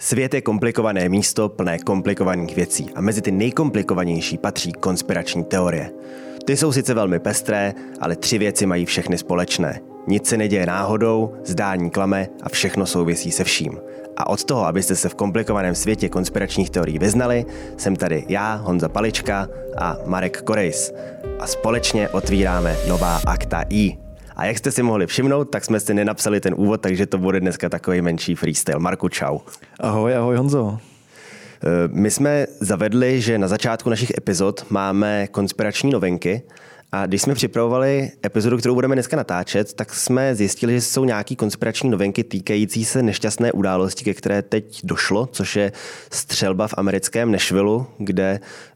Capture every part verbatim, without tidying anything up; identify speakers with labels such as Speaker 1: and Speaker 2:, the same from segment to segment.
Speaker 1: Svět je komplikované místo plné komplikovaných věcí a mezi ty nejkomplikovanější patří konspirační teorie. Ty jsou sice velmi pestré, ale tři věci mají všechny společné. Nic se neděje náhodou, zdání klame a všechno souvisí se vším. A od toho, abyste se v komplikovaném světě konspiračních teorií vyznali, jsem tady já, Honza Palička a Marek Korejs. A společně otvíráme nová Akta I. A jak jste si mohli všimnout, tak jsme si nenapsali ten úvod, takže to bude dneska takový menší freestyle. Marku, čau.
Speaker 2: Ahoj, ahoj Honzo.
Speaker 1: My jsme zavedli, že na začátku našich epizod máme konspirační novinky a když jsme připravovali epizodu, kterou budeme dneska natáčet, tak jsme zjistili, že jsou nějaký konspirační novinky týkající se nešťastné události, ke které teď došlo, což je střelba v americkém Nashvillu, kde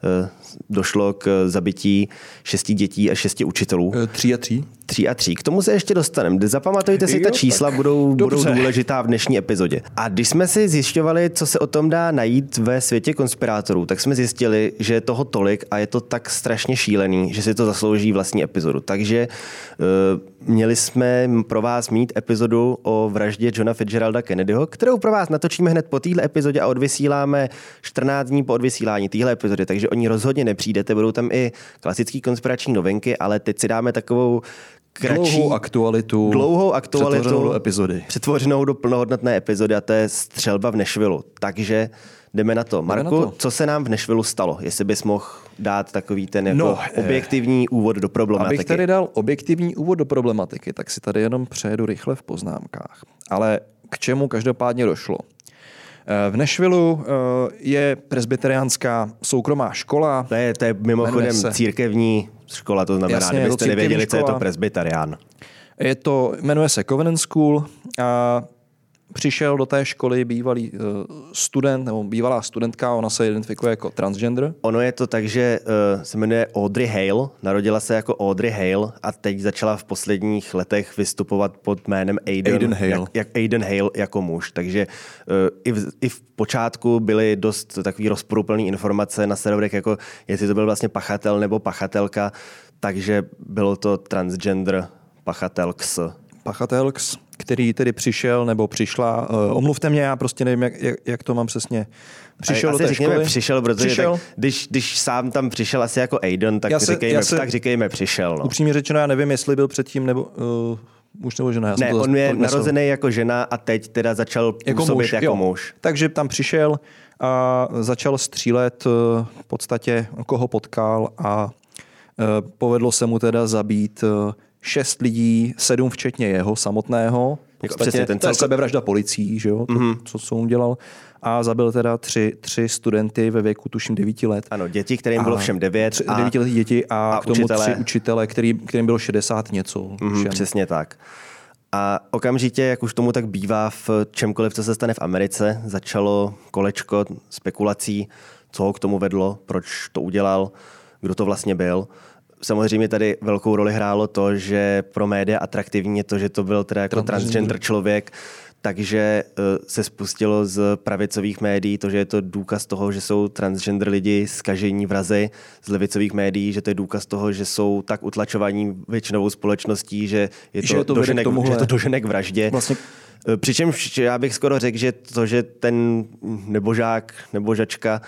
Speaker 1: došlo k zabití šesti dětí a šesti učitelů.
Speaker 2: Tří a tří.
Speaker 1: Tří a tří. K tomu se ještě dostaneme. Zapamatujte si,
Speaker 2: Jo,
Speaker 1: ta čísla budou, budou důležitá v dnešní epizodě. A když jsme si zjišťovali, co se o tom dá najít ve světě konspirátorů, tak jsme zjistili, že je toho tolik a je to tak strašně šílený, že si to zaslouží vlastní epizodu. Takže uh, měli jsme pro vás mít epizodu o vraždě Johna Fitzgeralda Kennedyho, kterou pro vás natočíme hned po téhle epizodě a odvysíláme čtrnáct dní po odvysílání téhle epizody, takže oni rozhodně nepřijdete, budou tam i klasické konspirační novinky, ale teď si dáme takovou kratší,
Speaker 2: dlouhou aktualitu,
Speaker 1: dlouhou aktualitu
Speaker 2: přetvořenou do epizody.
Speaker 1: Přetvořenou do plnohodnotné epizody a to je střelba v Nashvillu. Takže jdeme na to. Marku, na to. Co se nám v Nashvillu stalo? Jestli bys mohl dát takový ten jako no, objektivní úvod do problematiky.
Speaker 2: Abych tady dal objektivní úvod do problematiky, tak si tady jenom přejedu rychle v poznámkách. Ale k čemu každopádně došlo? V Nashvillu je presbyteriánská soukromá škola.
Speaker 1: To je, to je mimochodem se... církevní škola, to znamená, Jasně, kdybyste nevěděli, škola. Co je to presbyterián.
Speaker 2: Je to, jmenuje se Covenant School a přišel do té školy bývalý uh, student, nebo bývalá studentka, ona se identifikuje jako transgender.
Speaker 1: Ono je to tak, že uh, se jmenuje Audrey Hale, narodila se jako Audrey Hale a teď začala v posledních letech vystupovat pod jménem Aiden,
Speaker 2: Aiden Hale.
Speaker 1: Jak, jak Aiden Hale jako muž. Takže uh, i, v, i v počátku byly dost takový rozporuplný informace na serverech, jako jestli to byl vlastně pachatel nebo pachatelka, takže bylo to transgender pachatelks.
Speaker 2: Pachatelks, který tedy přišel nebo přišla. Uh, omluvte mě, já prostě nevím, jak, jak, jak to mám přesně. Přišel do té školy.
Speaker 1: Přišel, protože
Speaker 2: přišel.
Speaker 1: Tak, když, když sám tam přišel asi jako Aiden, tak, se, říkejme, se, tak říkejme přišel. No.
Speaker 2: Upřímně řečeno, já nevím, jestli byl předtím nebo uh, muž nebo žena. Já
Speaker 1: ne, on je narozený jako žena a teď teda začal
Speaker 2: jako
Speaker 1: působit
Speaker 2: muž,
Speaker 1: jako
Speaker 2: jo.
Speaker 1: muž.
Speaker 2: Takže tam přišel a začal střílet uh, v podstatě, koho potkal a uh, povedlo se mu teda zabít uh, šest lidí, sedm včetně jeho samotného. V podstatě ten celko... sebevražda policií, že jo, mm-hmm. to, co, co on dělal. A zabil teda tři, tři studenty ve věku, tuším, devíti let.
Speaker 1: Ano, děti, kterým bylo všem devět.
Speaker 2: Tři, a, devítiletí děti a, a k tomu učitele. tři učitele, který, kterým bylo šedesát něco.
Speaker 1: Mm-hmm, přesně tak. A okamžitě, jak už tomu tak bývá v čemkoliv, co se stane v Americe, začalo kolečko spekulací, co ho k tomu vedlo, proč to udělal, kdo to vlastně byl. Samozřejmě tady velkou roli hrálo to, že pro média atraktivní je to, že to byl teda jako transgender, transgender člověk, takže se spustilo z pravicových médií to, že je to důkaz toho, že jsou transgender lidi zkažení vrazy, z levicových médií, že to je důkaz toho, že jsou tak utlačovaní většinovou společností, že je to,
Speaker 2: že je to
Speaker 1: doženek, že je to doženek vraždě. Vlastně... Přičemž já bych skoro řekl, že to, že ten nebožák, nebožačka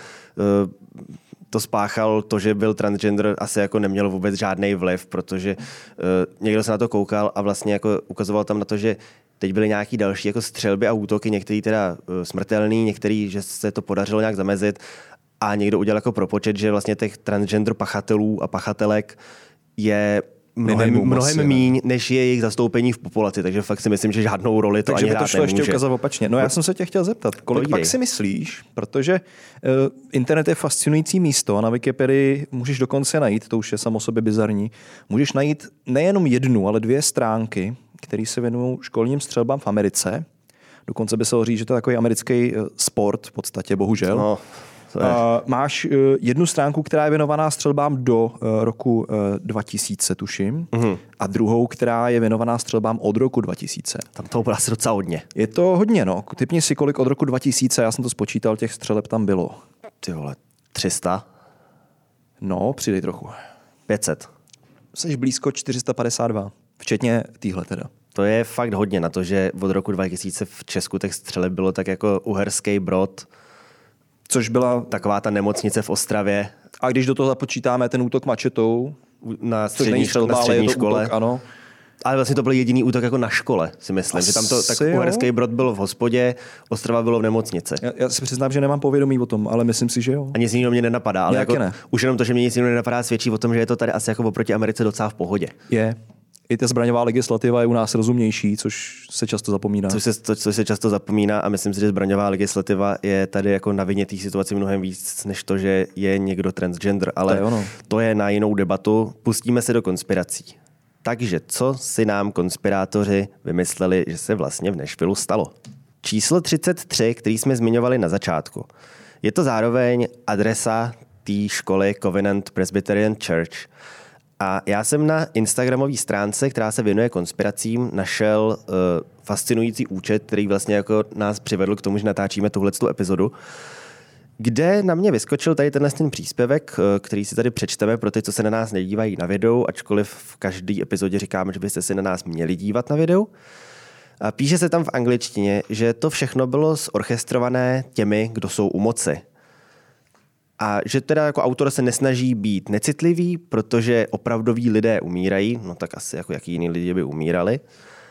Speaker 1: to spáchal, to, že byl transgender, asi jako neměl vůbec žádný vliv, protože uh, někdo se na to koukal a vlastně jako ukazoval tam na to, že teď byly nějaký další jako střelby a útoky, některý teda uh, smrtelný, některý, že se to podařilo nějak zamezit a někdo udělal jako propočet, že vlastně těch transgender pachatelů a pachatelek je mnohem, mnohem míň, než je jejich zastoupení v populaci, takže fakt si myslím, že žádnou roli to
Speaker 2: takže
Speaker 1: ani hrát
Speaker 2: nemůže. Takže by to šlo ještě ukázat opačně. No já jsem se tě chtěl zeptat, kolik Povídej. Pak si myslíš, protože uh, internet je fascinující místo a na Wikipedii můžeš dokonce najít, to už je samo sobě bizarní, můžeš najít nejenom jednu, ale dvě stránky, které se věnují školním střelbám v Americe. Dokonce by se ho říct, že to je takový americký sport v podstatě, bohužel. No. Uh, máš uh, jednu stránku, která je věnovaná střelbám do uh, roku uh, dva tisíce, tuším, uh-huh. a druhou, která je věnovaná střelbám od roku dva tisíce.
Speaker 1: Tam toho bylo asi docela hodně.
Speaker 2: Je to hodně, no. Typni si, kolik od roku dva tisíce, já jsem to spočítal, těch střeleb tam bylo.
Speaker 1: Ty vole, tři sta?
Speaker 2: No, přidej trochu.
Speaker 1: pět set.
Speaker 2: Jseš blízko čtyři sta padesát dva, včetně týhle teda.
Speaker 1: To je fakt hodně na to, že od roku dva tisíce v Česku těch střeleb bylo tak jako Uherský Brod,
Speaker 2: což byla
Speaker 1: taková ta nemocnice v Ostravě.
Speaker 2: A když do toho započítáme ten útok mačetou,
Speaker 1: na střední, střelba, na střední škole.
Speaker 2: Útok, ano.
Speaker 1: Ale vlastně to byl jediný útok jako na škole, si myslím. Asi že tam to, tak Uherský Brod byl v hospodě, Ostrava bylo v nemocnici.
Speaker 2: Já, já si přiznám, že nemám povědomí o tom, ale myslím si, že jo.
Speaker 1: A nic jiného mě nenapadá, ale jako,
Speaker 2: ne.
Speaker 1: už jenom to, že mě nic jiného nenapadá, svědčí o tom, že je to tady asi jako oproti Americe docela v pohodě.
Speaker 2: Je. I ta zbraňová legislativa je u nás rozumnější, což se často zapomíná.
Speaker 1: Což se, to, což se často zapomíná a myslím si, že zbraňová legislativa je tady jako na vině té situaci mnohem víc, než to, že je někdo transgender, ale to je, to je na jinou debatu. Pustíme se do konspirací. Takže co si nám konspirátoři vymysleli, že se vlastně v Nashvillu stalo? Číslo třicet tři, který jsme zmiňovali na začátku. Je to zároveň adresa té školy Covenant Presbyterian Church. A já jsem na instagramové stránce, která se věnuje konspiracím, našel uh, fascinující účet, který vlastně jako nás přivedl k tomu, že natáčíme tuhletu epizodu, kde na mě vyskočil tady tenhle ten příspěvek, který si tady přečteme pro ty, co se na nás nedívají na videu, ačkoliv v každé epizodě říkáme, že byste si na nás měli dívat na videu. A píše se tam v angličtině, že to všechno bylo zorchestrované těmi, kdo jsou u moci. A že teda jako autor se nesnaží být necitlivý, protože opravdoví lidé umírají, no tak asi jako jaký jiný lidi by umírali,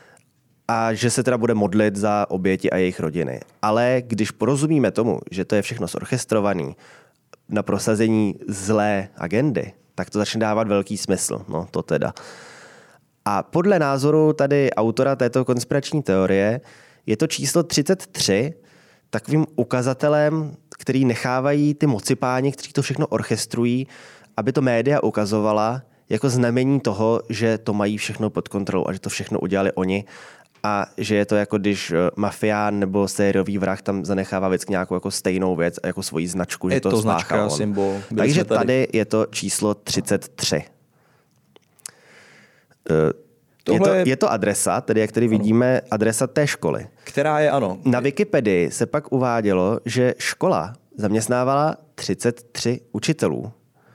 Speaker 1: a že se teda bude modlit za oběti a jejich rodiny. Ale když porozumíme tomu, že to je všechno zorchestrovaný na prosazení zlé agendy, tak to začne dávat velký smysl. No to teda. A podle názoru tady autora této konspirační teorie je to číslo třicet tři takovým ukazatelem, který nechávají ty mocipáni, kteří to všechno orchestrují, aby to média ukazovala jako znamení toho, že to mají všechno pod kontrolou a že to všechno udělali oni. A že je to jako když mafián nebo sériový vrah tam zanechává vždycky nějakou jako stejnou věc a jako svoji značku, že
Speaker 2: je
Speaker 1: to,
Speaker 2: to značka, symbol.
Speaker 1: Takže tady. tady je to číslo třicet tři. Je to, je to adresa, tedy jak tady ano. vidíme, adresa té školy.
Speaker 2: Která je, ano.
Speaker 1: Na Wikipedii se pak uvádělo, že škola zaměstnávala třicet tři učitelů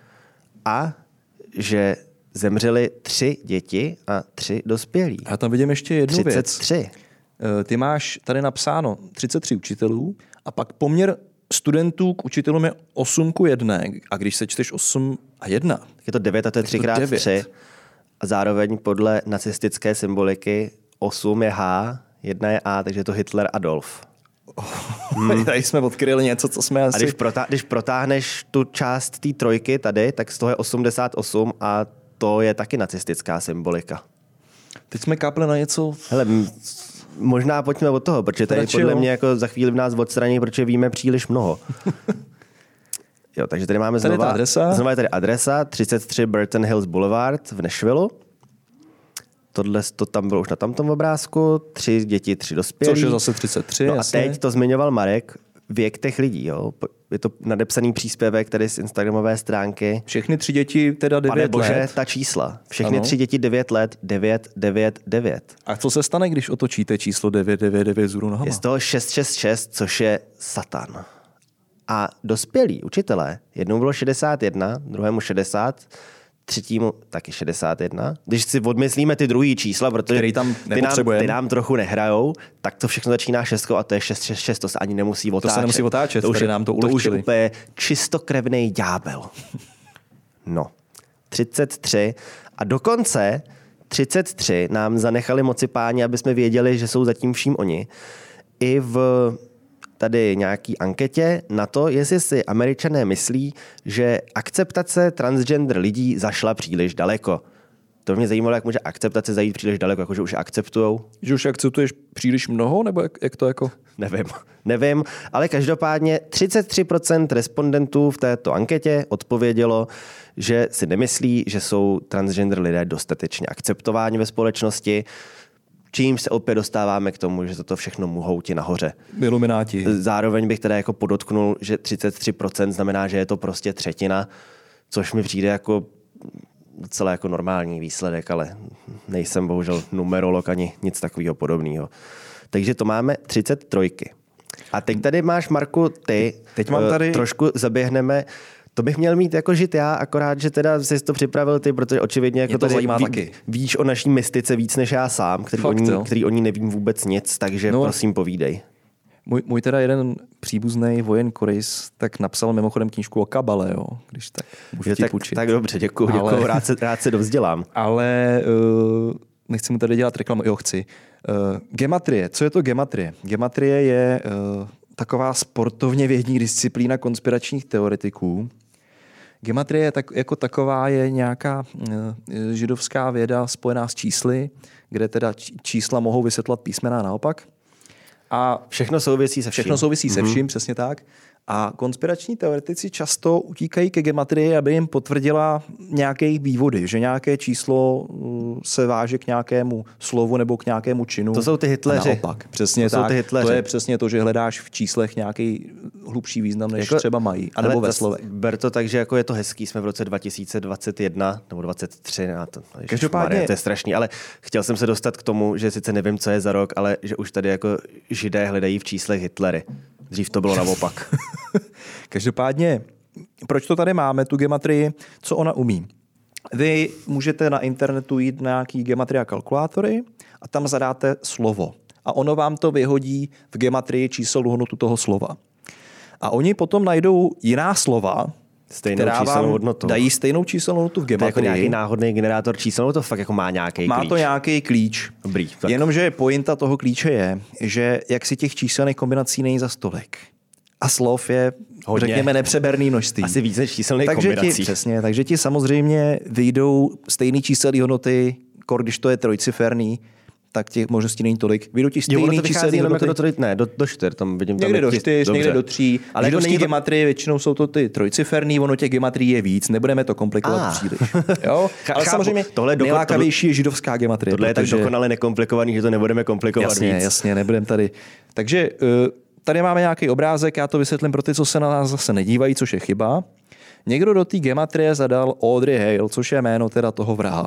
Speaker 1: a že zemřeli tři děti a tři dospělí.
Speaker 2: Já tam vidím ještě jednu
Speaker 1: třicet tři.
Speaker 2: Věc. Ty máš tady napsáno třicet tři učitelů a pak poměr studentů k učitelům je osm ku jedné. A když sečteš osm a jedna. Tak
Speaker 1: je to devět a to je tři krát tři. A zároveň podle nacistické symboliky osm je H, jedna je A, takže je to Hitler Adolf.
Speaker 2: Oh, hmm. Tady jsme odkryli něco, co jsme asi...
Speaker 1: A když, protá- když protáhneš tu část té trojky tady, tak z toho je osmdesát osm a to je taky nacistická symbolika.
Speaker 2: Teď jsme kápli na něco...
Speaker 1: Hele, m- možná pojďme od toho, protože tady Radši, podle jo. mě jako za chvíli v nás odstraní, protože víme příliš mnoho. Jo, takže tady máme
Speaker 2: tady
Speaker 1: znova,
Speaker 2: adresa.
Speaker 1: znova je tady adresa třicet tři Burton Hills Boulevard v Nashvillu. Tohle to tam bylo už na tamtom obrázku. Tři děti, tři dospělí.
Speaker 2: Což je zase třicet tři,
Speaker 1: no
Speaker 2: jasně.
Speaker 1: A teď to zmiňoval Marek, věk těch lidí. Jo. Je to nadepsaný příspěvek tady z instagramové stránky.
Speaker 2: Všechny tři děti teda devět
Speaker 1: Pane bože,
Speaker 2: let.
Speaker 1: ta čísla. Všechny ano. tři děti devět let, devět, devět, devět.
Speaker 2: A co se stane, když otočíte číslo devět devět devět z nohama?
Speaker 1: Je z toho šest šest šest, což je Satan. A dospělí učitelé, jednou bylo šedesát jedna, druhému šedesát, třetímu taky šedesát jedna. Když si odmyslíme ty druhý čísla, protože
Speaker 2: Který tam
Speaker 1: ty, nám, ty nám trochu nehrajou, tak to všechno začíná šestkou a to je šest šest šest, to se ani nemusí otáčet.
Speaker 2: To se nemusí otáčet,
Speaker 1: to už je,
Speaker 2: nám to
Speaker 1: ulehčili. To už
Speaker 2: je
Speaker 1: úplně čistokrevnej ďábel. No, třicet tři a dokonce třicet tři nám zanechali mocipáni, aby jsme věděli, že jsou zatím vším oni. I v tady nějaký anketě na to, jestli si Američané myslí, že akceptace transgender lidí zašla příliš daleko. To mě zajímalo, jak může akceptace zajít příliš daleko, jakože už akceptujou.
Speaker 2: Že už akceptuješ příliš mnoho, nebo jak, jak to jako?
Speaker 1: Nevím, nevím, ale každopádně třicet tři procent respondentů v této anketě odpovědělo, že si nemyslí, že jsou transgender lidé dostatečně akceptováni ve společnosti, čím se opět dostáváme k tomu, že toto všechno muhouti nahoře.
Speaker 2: Ilumináti.
Speaker 1: Zároveň bych teda jako podotknul, že třicet tři procent znamená, že je to prostě třetina, což mi přijde jako docela jako normální výsledek, ale nejsem bohužel numerolog ani nic takového podobného. Takže to máme třicet tři. A teď tady máš, Marku, ty.
Speaker 2: Teď mám tady...
Speaker 1: Trošku zaběhneme. To bych měl mít jako žít já, akorát, že teda jsi to připravil ty, protože očividně jako
Speaker 2: to
Speaker 1: tady ví,
Speaker 2: taky.
Speaker 1: víš o naší mystice víc než já sám, který,
Speaker 2: Fakt,
Speaker 1: o, ní, který o ní nevím vůbec nic, takže no, prosím povídej.
Speaker 2: Můj, můj teda jeden příbuzný vojen Koris tak napsal mimochodem knížku o kabale, jo, když tak můžu ti
Speaker 1: tak,
Speaker 2: půjčit.
Speaker 1: tak dobře, děkuju, děkuju, ale, rád, se, rád se dovzdělám.
Speaker 2: Ale uh, nechci mu tady dělat reklamu, jo, chci. Uh, gematrie, co je to gematrie? Gematrie je uh, taková sportovně vědní disciplína konspiračních teoretiků. Gematrie tak, jako taková je nějaká uh, židovská věda spojená s čísly, kde teda čísla mohou vysvětlovat písmena naopak.
Speaker 1: A všechno souvisí se vším.
Speaker 2: Všechno souvisí mm-hmm. se vším, přesně tak. A konspirační teoretici často utíkají ke gematrii, aby jim potvrdila nějaké vývody, že nějaké číslo se váže k nějakému slovu nebo k nějakému činu.
Speaker 1: To jsou ty Hitleři.
Speaker 2: Naopak, přesně
Speaker 1: to
Speaker 2: tak.
Speaker 1: Jsou ty Hitleři.
Speaker 2: To je přesně to, že hledáš v číslech nějaký hlubší význam, než jako, třeba mají. A nebo ve slovech.
Speaker 1: Ber to tak, že jako je to hezký, jsme v roce dva tisíce dvacet jedna nebo dvacet tři. Na to,
Speaker 2: Každopádně
Speaker 1: Maria, to je strašný, ale chtěl jsem se dostat k tomu, že sice nevím, co je za rok, ale že už tady jako Židé hledají v číslech Hitlery. Dřív to bylo naopak.
Speaker 2: Každopádně, proč to tady máme, tu gematrii, co ona umí? Vy můžete na internetu jít na nějaký gematria kalkulátory a tam zadáte slovo. A ono vám to vyhodí v gematrii číselnou hodnotu toho slova. A oni potom najdou jiná slova,
Speaker 1: stejnou
Speaker 2: která vám
Speaker 1: hodnotu.
Speaker 2: dají stejnou číselnou hodnotu v gematrii.
Speaker 1: To je jako nějaký náhodný generátor čísel, to fakt jako má nějaký
Speaker 2: má
Speaker 1: klíč.
Speaker 2: Má to nějaký klíč.
Speaker 1: Dobrý, tak.
Speaker 2: Jenomže pointa toho klíče je, že jak si těch číselných kombinací není za stolik. A slov je, hodně. Řekněme, nepřeberný množství.
Speaker 1: Asi víc než číselných
Speaker 2: takže
Speaker 1: kombinací.
Speaker 2: Ti, přesně, takže ti samozřejmě vyjdou stejný číselný hodnoty, kor, když to je trojciferný, tak těch možností není tolik. Vyjdou ti stejný číselný hodnoty.
Speaker 1: Jako do, ne, do, do čtyř, tam vidím.
Speaker 2: Někde
Speaker 1: tam
Speaker 2: do čtyř, někde do tří. Ale jako
Speaker 1: není
Speaker 2: to... gematrie většinou jsou to ty trojciferný, ono těch gematrii je víc, nebudeme to komplikovat ah. příliš. Jo? Ale chápu, samozřejmě tohle doko... nejlákavější je židovská gematrie.
Speaker 1: Tohle je tak dokonale nekomplikovaný, že to nebudeme komplikovat
Speaker 2: jasně,
Speaker 1: víc.
Speaker 2: Jasně, nebudeme tady. Takže tady máme nějaký obrázek, já to vysvětlím pro ty, co se na nás zase nedívají, což je chyba. Někdo do té gematrie zadal Audrey Hale, což je jméno teda toho vraha.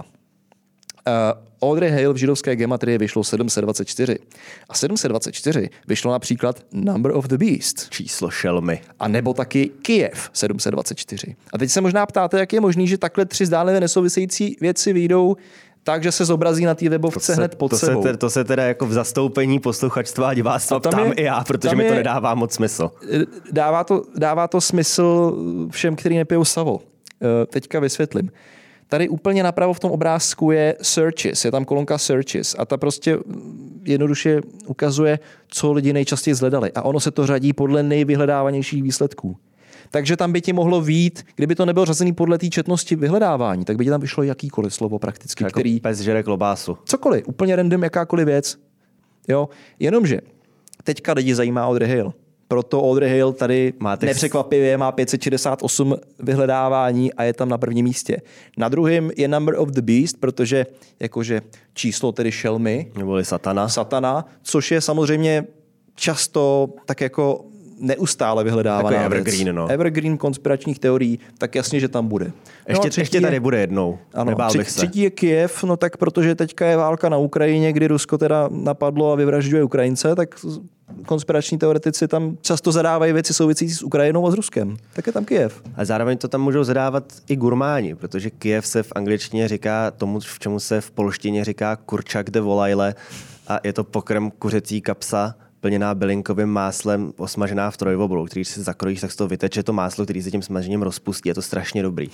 Speaker 2: Uh, Audrey Hale v židovské gematrii vyšlo sedm set dvacet čtyři. A sedm set dvacet čtyři vyšlo například Number of the Beast.
Speaker 1: Číslo šelmy.
Speaker 2: A nebo taky Kyjev sedm set dvacet čtyři. A teď se možná ptáte, jak je možný, že takhle tři zdánlivě nesouvisející věci vyjdou tak, že se zobrazí na té webovce
Speaker 1: se,
Speaker 2: hned pod
Speaker 1: to
Speaker 2: sebou.
Speaker 1: Se, to se teda jako v zastoupení posluchačstva a diváctva tam, tam je, i já, protože mi to je, nedává moc smysl.
Speaker 2: Dává to, dává to smysl všem, kteří nepijou savo. Teďka vysvětlím. Tady úplně napravo v tom obrázku je searches, je tam kolonka searches a ta prostě jednoduše ukazuje, co lidi nejčastěji zhledali. A ono se to řadí podle nejvyhledávanějších výsledků. Takže tam by ti mohlo vyjít, kdyby to nebylo řazený podle té četnosti vyhledávání, tak by ti tam vyšlo jakýkoliv slovo prakticky,
Speaker 1: jako
Speaker 2: který...
Speaker 1: pes žere klobásu.
Speaker 2: Cokoliv, úplně random, jakákoliv věc. Jo? Jenomže teďka lidi zajímá Audrey Hale. Proto Audrey Hale tady Máte nepřekvapivě má pět set šedesát osm vyhledávání a je tam na prvním místě. Na druhém je Number of the Beast, protože jakože číslo tedy šelmy.
Speaker 1: Neboli satana.
Speaker 2: Satana, což je samozřejmě často tak jako neustále vyhledávaná
Speaker 1: jako evergreen,
Speaker 2: věc.
Speaker 1: No.
Speaker 2: Evergreen konspiračních teorií, tak jasně, že tam bude.
Speaker 1: Ještě, no ještě tady je, bude jednou.
Speaker 2: Ano,
Speaker 1: Nebál
Speaker 2: tři,
Speaker 1: bych se.
Speaker 2: Třetí je Kyjev, no tak protože teďka je válka na Ukrajině, kdy Rusko teda napadlo a vyvražďuje Ukrajince, tak konspirační teoretici tam často zadávají věci související s Ukrajinou a s Ruskem. Tak je tam Kyjev.
Speaker 1: A zároveň to tam můžou zadávat i gurmáni, protože Kyjev se v angličtině říká tomu, v čemu se v polštině říká kurčak de volajle a je to pokrm kuřecí kapsa plněná bylinkovým máslem, osmažená v trojobolu, který si zakrojíš, tak z toho vyteče to máslo, který se tím smažením rozpustí. Je to strašně dobrý.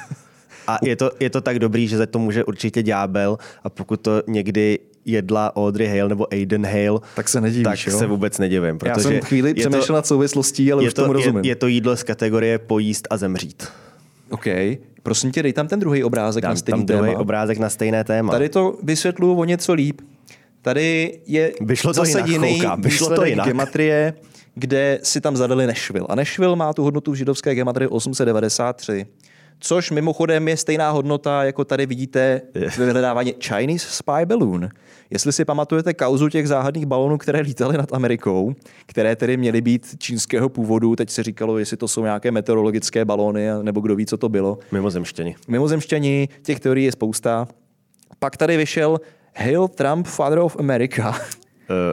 Speaker 1: A je to, je to tak dobrý, že za to může určitě ďábel a pokud to někdy jedla Audrey Hale nebo Aiden Hale,
Speaker 2: tak se nedívíš,
Speaker 1: tak
Speaker 2: jo?
Speaker 1: se vůbec nedivím.
Speaker 2: Já jsem chvíli přemýšlel nad souvislostí, ale už
Speaker 1: to,
Speaker 2: tomu rozumím.
Speaker 1: Je, je to jídlo z kategorie pojíst a zemřít.
Speaker 2: OK. Prosím tě, dej tam ten druhý obrázek
Speaker 1: Dám
Speaker 2: na stejný
Speaker 1: tam
Speaker 2: téma.
Speaker 1: druhý obrázek na stejné téma.
Speaker 2: Tady to vysvětluju o něco líp. Tady je
Speaker 1: Vyšlo to
Speaker 2: zase
Speaker 1: jinak,
Speaker 2: jiný
Speaker 1: chouka. Vyšlo to jinak.
Speaker 2: gematrie, kde si tam zadali Nashville. A Nashville má tu hodnotu v židovské gematrii osm set devadesát tři, což mimochodem je stejná hodnota, jako tady vidíte ve vyhledávání Chinese Spy Balloon. Jestli si pamatujete kauzu těch záhadných balonů, které lítaly nad Amerikou, které tedy měly být čínského původu, teď se říkalo, jestli to jsou nějaké meteorologické balony, nebo kdo ví, co to bylo.
Speaker 1: Mimozemštěni.
Speaker 2: Mimozemštěni, těch teorií je spousta. Pak tady vyšel Hail Trump, Father of America.
Speaker 1: Uh,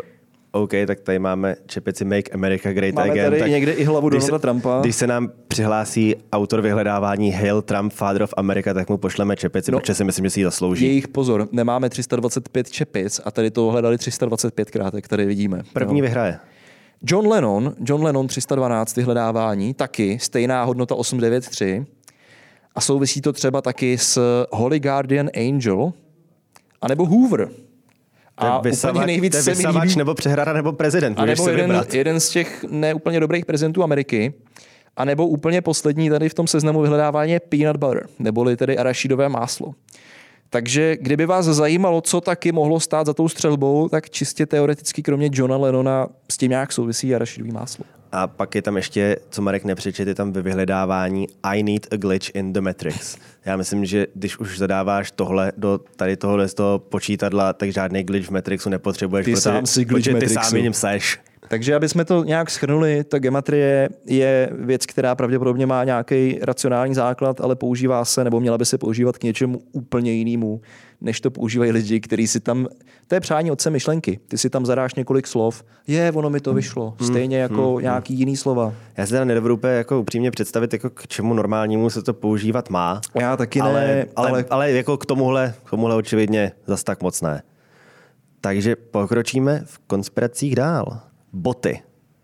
Speaker 1: OK, tak tady máme čepici Make America Great
Speaker 2: máme
Speaker 1: Again.
Speaker 2: Máme tady
Speaker 1: tak
Speaker 2: někde i hlavu Donalda Trumpa.
Speaker 1: Když se nám přihlásí autor vyhledávání Hail Trump, Father of America, tak mu pošleme čepici, no, protože si myslím, že si ji zaslouží.
Speaker 2: Jejich pozor, nemáme tři sta dvacet pět čepic a tady to hledali tři sta dvacet pět krát, jak tady vidíme.
Speaker 1: První
Speaker 2: no.
Speaker 1: vyhraje.
Speaker 2: John Lennon, John Lennon tři sta dvanáct vyhledávání, taky stejná hodnota osm set devadesát tři a souvisí to třeba taky s Holy Guardian Angel anebo Hoover. A
Speaker 1: vysavač,
Speaker 2: úplně nejvíc se mi líbí,
Speaker 1: nebo přehrada, nebo prezident.
Speaker 2: A nebo jeden, jeden z těch neúplně dobrých prezidentů Ameriky. A nebo úplně poslední tady v tom seznamu vyhledávání je peanut butter, neboli tedy arašidové máslo. Takže kdyby vás zajímalo, co taky mohlo stát za tou střelbou, tak čistě teoreticky kromě Johna Lennona s tím nějak souvisí arašidový máslo.
Speaker 1: A pak je tam ještě, co Marek nepřečet, je tam ve vyhledávání I need a glitch in the matrix. Já myslím, že když už zadáváš tohle do tady tohohle z toho počítadla, tak žádný glitch v Matrixu nepotřebuješ,
Speaker 2: ty
Speaker 1: protože,
Speaker 2: sám si glitch
Speaker 1: protože ty
Speaker 2: Matrixu.
Speaker 1: sám ním seš.
Speaker 2: Takže aby jsme to nějak shrnuli, ta gematrie je věc, která pravděpodobně má nějaký racionální základ, ale používá se, nebo měla by se používat k něčemu úplně jinému, než to používají lidi, kteří si tam, to je přání otce myšlenky, ty si tam zadáš několik slov, je, ono mi to vyšlo, stejně jako hmm, nějaký jiný slova.
Speaker 1: Já si teda nedovedu úplně jako upřímně představit, jako k čemu normálnímu se to používat má.
Speaker 2: Já taky
Speaker 1: ale,
Speaker 2: ne,
Speaker 1: ale,
Speaker 2: ale...
Speaker 1: ale jako k tomuhle, k tomuhle očividně zas tak moc ne. Takže pokročíme v konspiracích dál. Boty.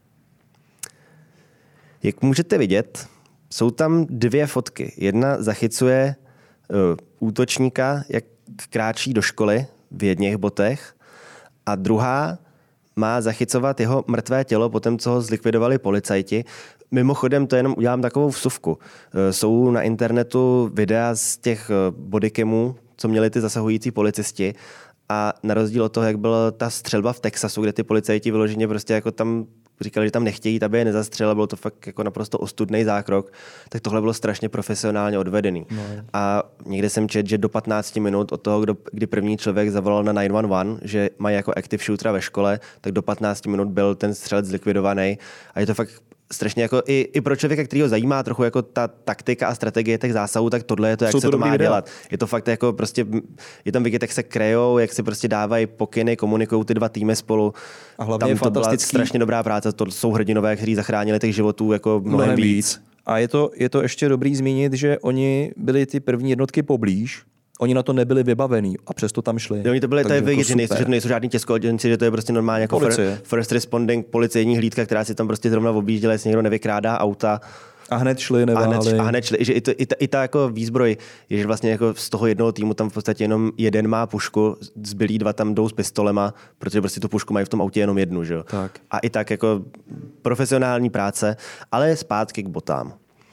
Speaker 1: Jak můžete vidět, jsou tam dvě fotky. Jedna zachycuje uh, útočníka, jak kráčí do školy v jedných botech a druhá má zachycovat jeho mrtvé tělo po tom, co ho zlikvidovali policajti. Mimochodem, to jenom udělám takovou vsuvku. Uh, jsou na internetu videa z těch uh, bodycamů, co měli ty zasahující policisti. A na rozdíl od toho, jak byla ta střelba v Texasu, kde ty policajti vyloženě prostě jako tam říkali, že tam nechtějí, aby je nezastřelili, bylo to fakt jako naprosto ostudný zákrok, tak tohle bylo strašně profesionálně odvedený. No. A někde jsem četl, že do patnáct minut od toho, kdo, kdy první člověk zavolal na nine one one, že mají jako active shootera ve škole, tak do patnáct minut byl ten střelec zlikvidovaný. A je to fakt strašně jako i, i pro člověka, který ho zajímá trochu jako ta taktika a strategie těch zásahů, tak tohle je to, jak Jsou se to, to má videa. dělat. Je to fakt jako prostě, je tam vidět, jak se krejou, jak si prostě dávají pokyny, komunikují ty dva týmy spolu.
Speaker 2: A hlavně
Speaker 1: tam
Speaker 2: je
Speaker 1: to byla
Speaker 2: fantastický.
Speaker 1: strašně dobrá práce, to jsou hrdinové, kteří zachránili těch životů jako mnohem, mnohem víc. víc.
Speaker 2: A je to, je to ještě dobrý zmínit, že oni byli ty první jednotky poblíž, oni na to nebyli vybavení a přesto tam šli.
Speaker 1: Jo, oni to byly, to je vidět, jako že, nejsou, že to nejsou žádný těžkoděnci, že to je prostě normálně jako fir, first responding policejní hlídka, která si tam prostě zrovna objížděla, jestli někdo nevykrádá auta.
Speaker 2: A hned šli, neváhali.
Speaker 1: A hned, a hned šli, že i, to, i, ta, i ta jako výzbroj, je, že vlastně jako z toho jednoho týmu tam v podstatě jenom jeden má pušku, zbylí dva tam jdou s pistolema, protože prostě tu pušku mají v tom autě jenom jednu, že jo.
Speaker 2: Tak.
Speaker 1: A i tak jako profesionální práce, ale zpátky k botám.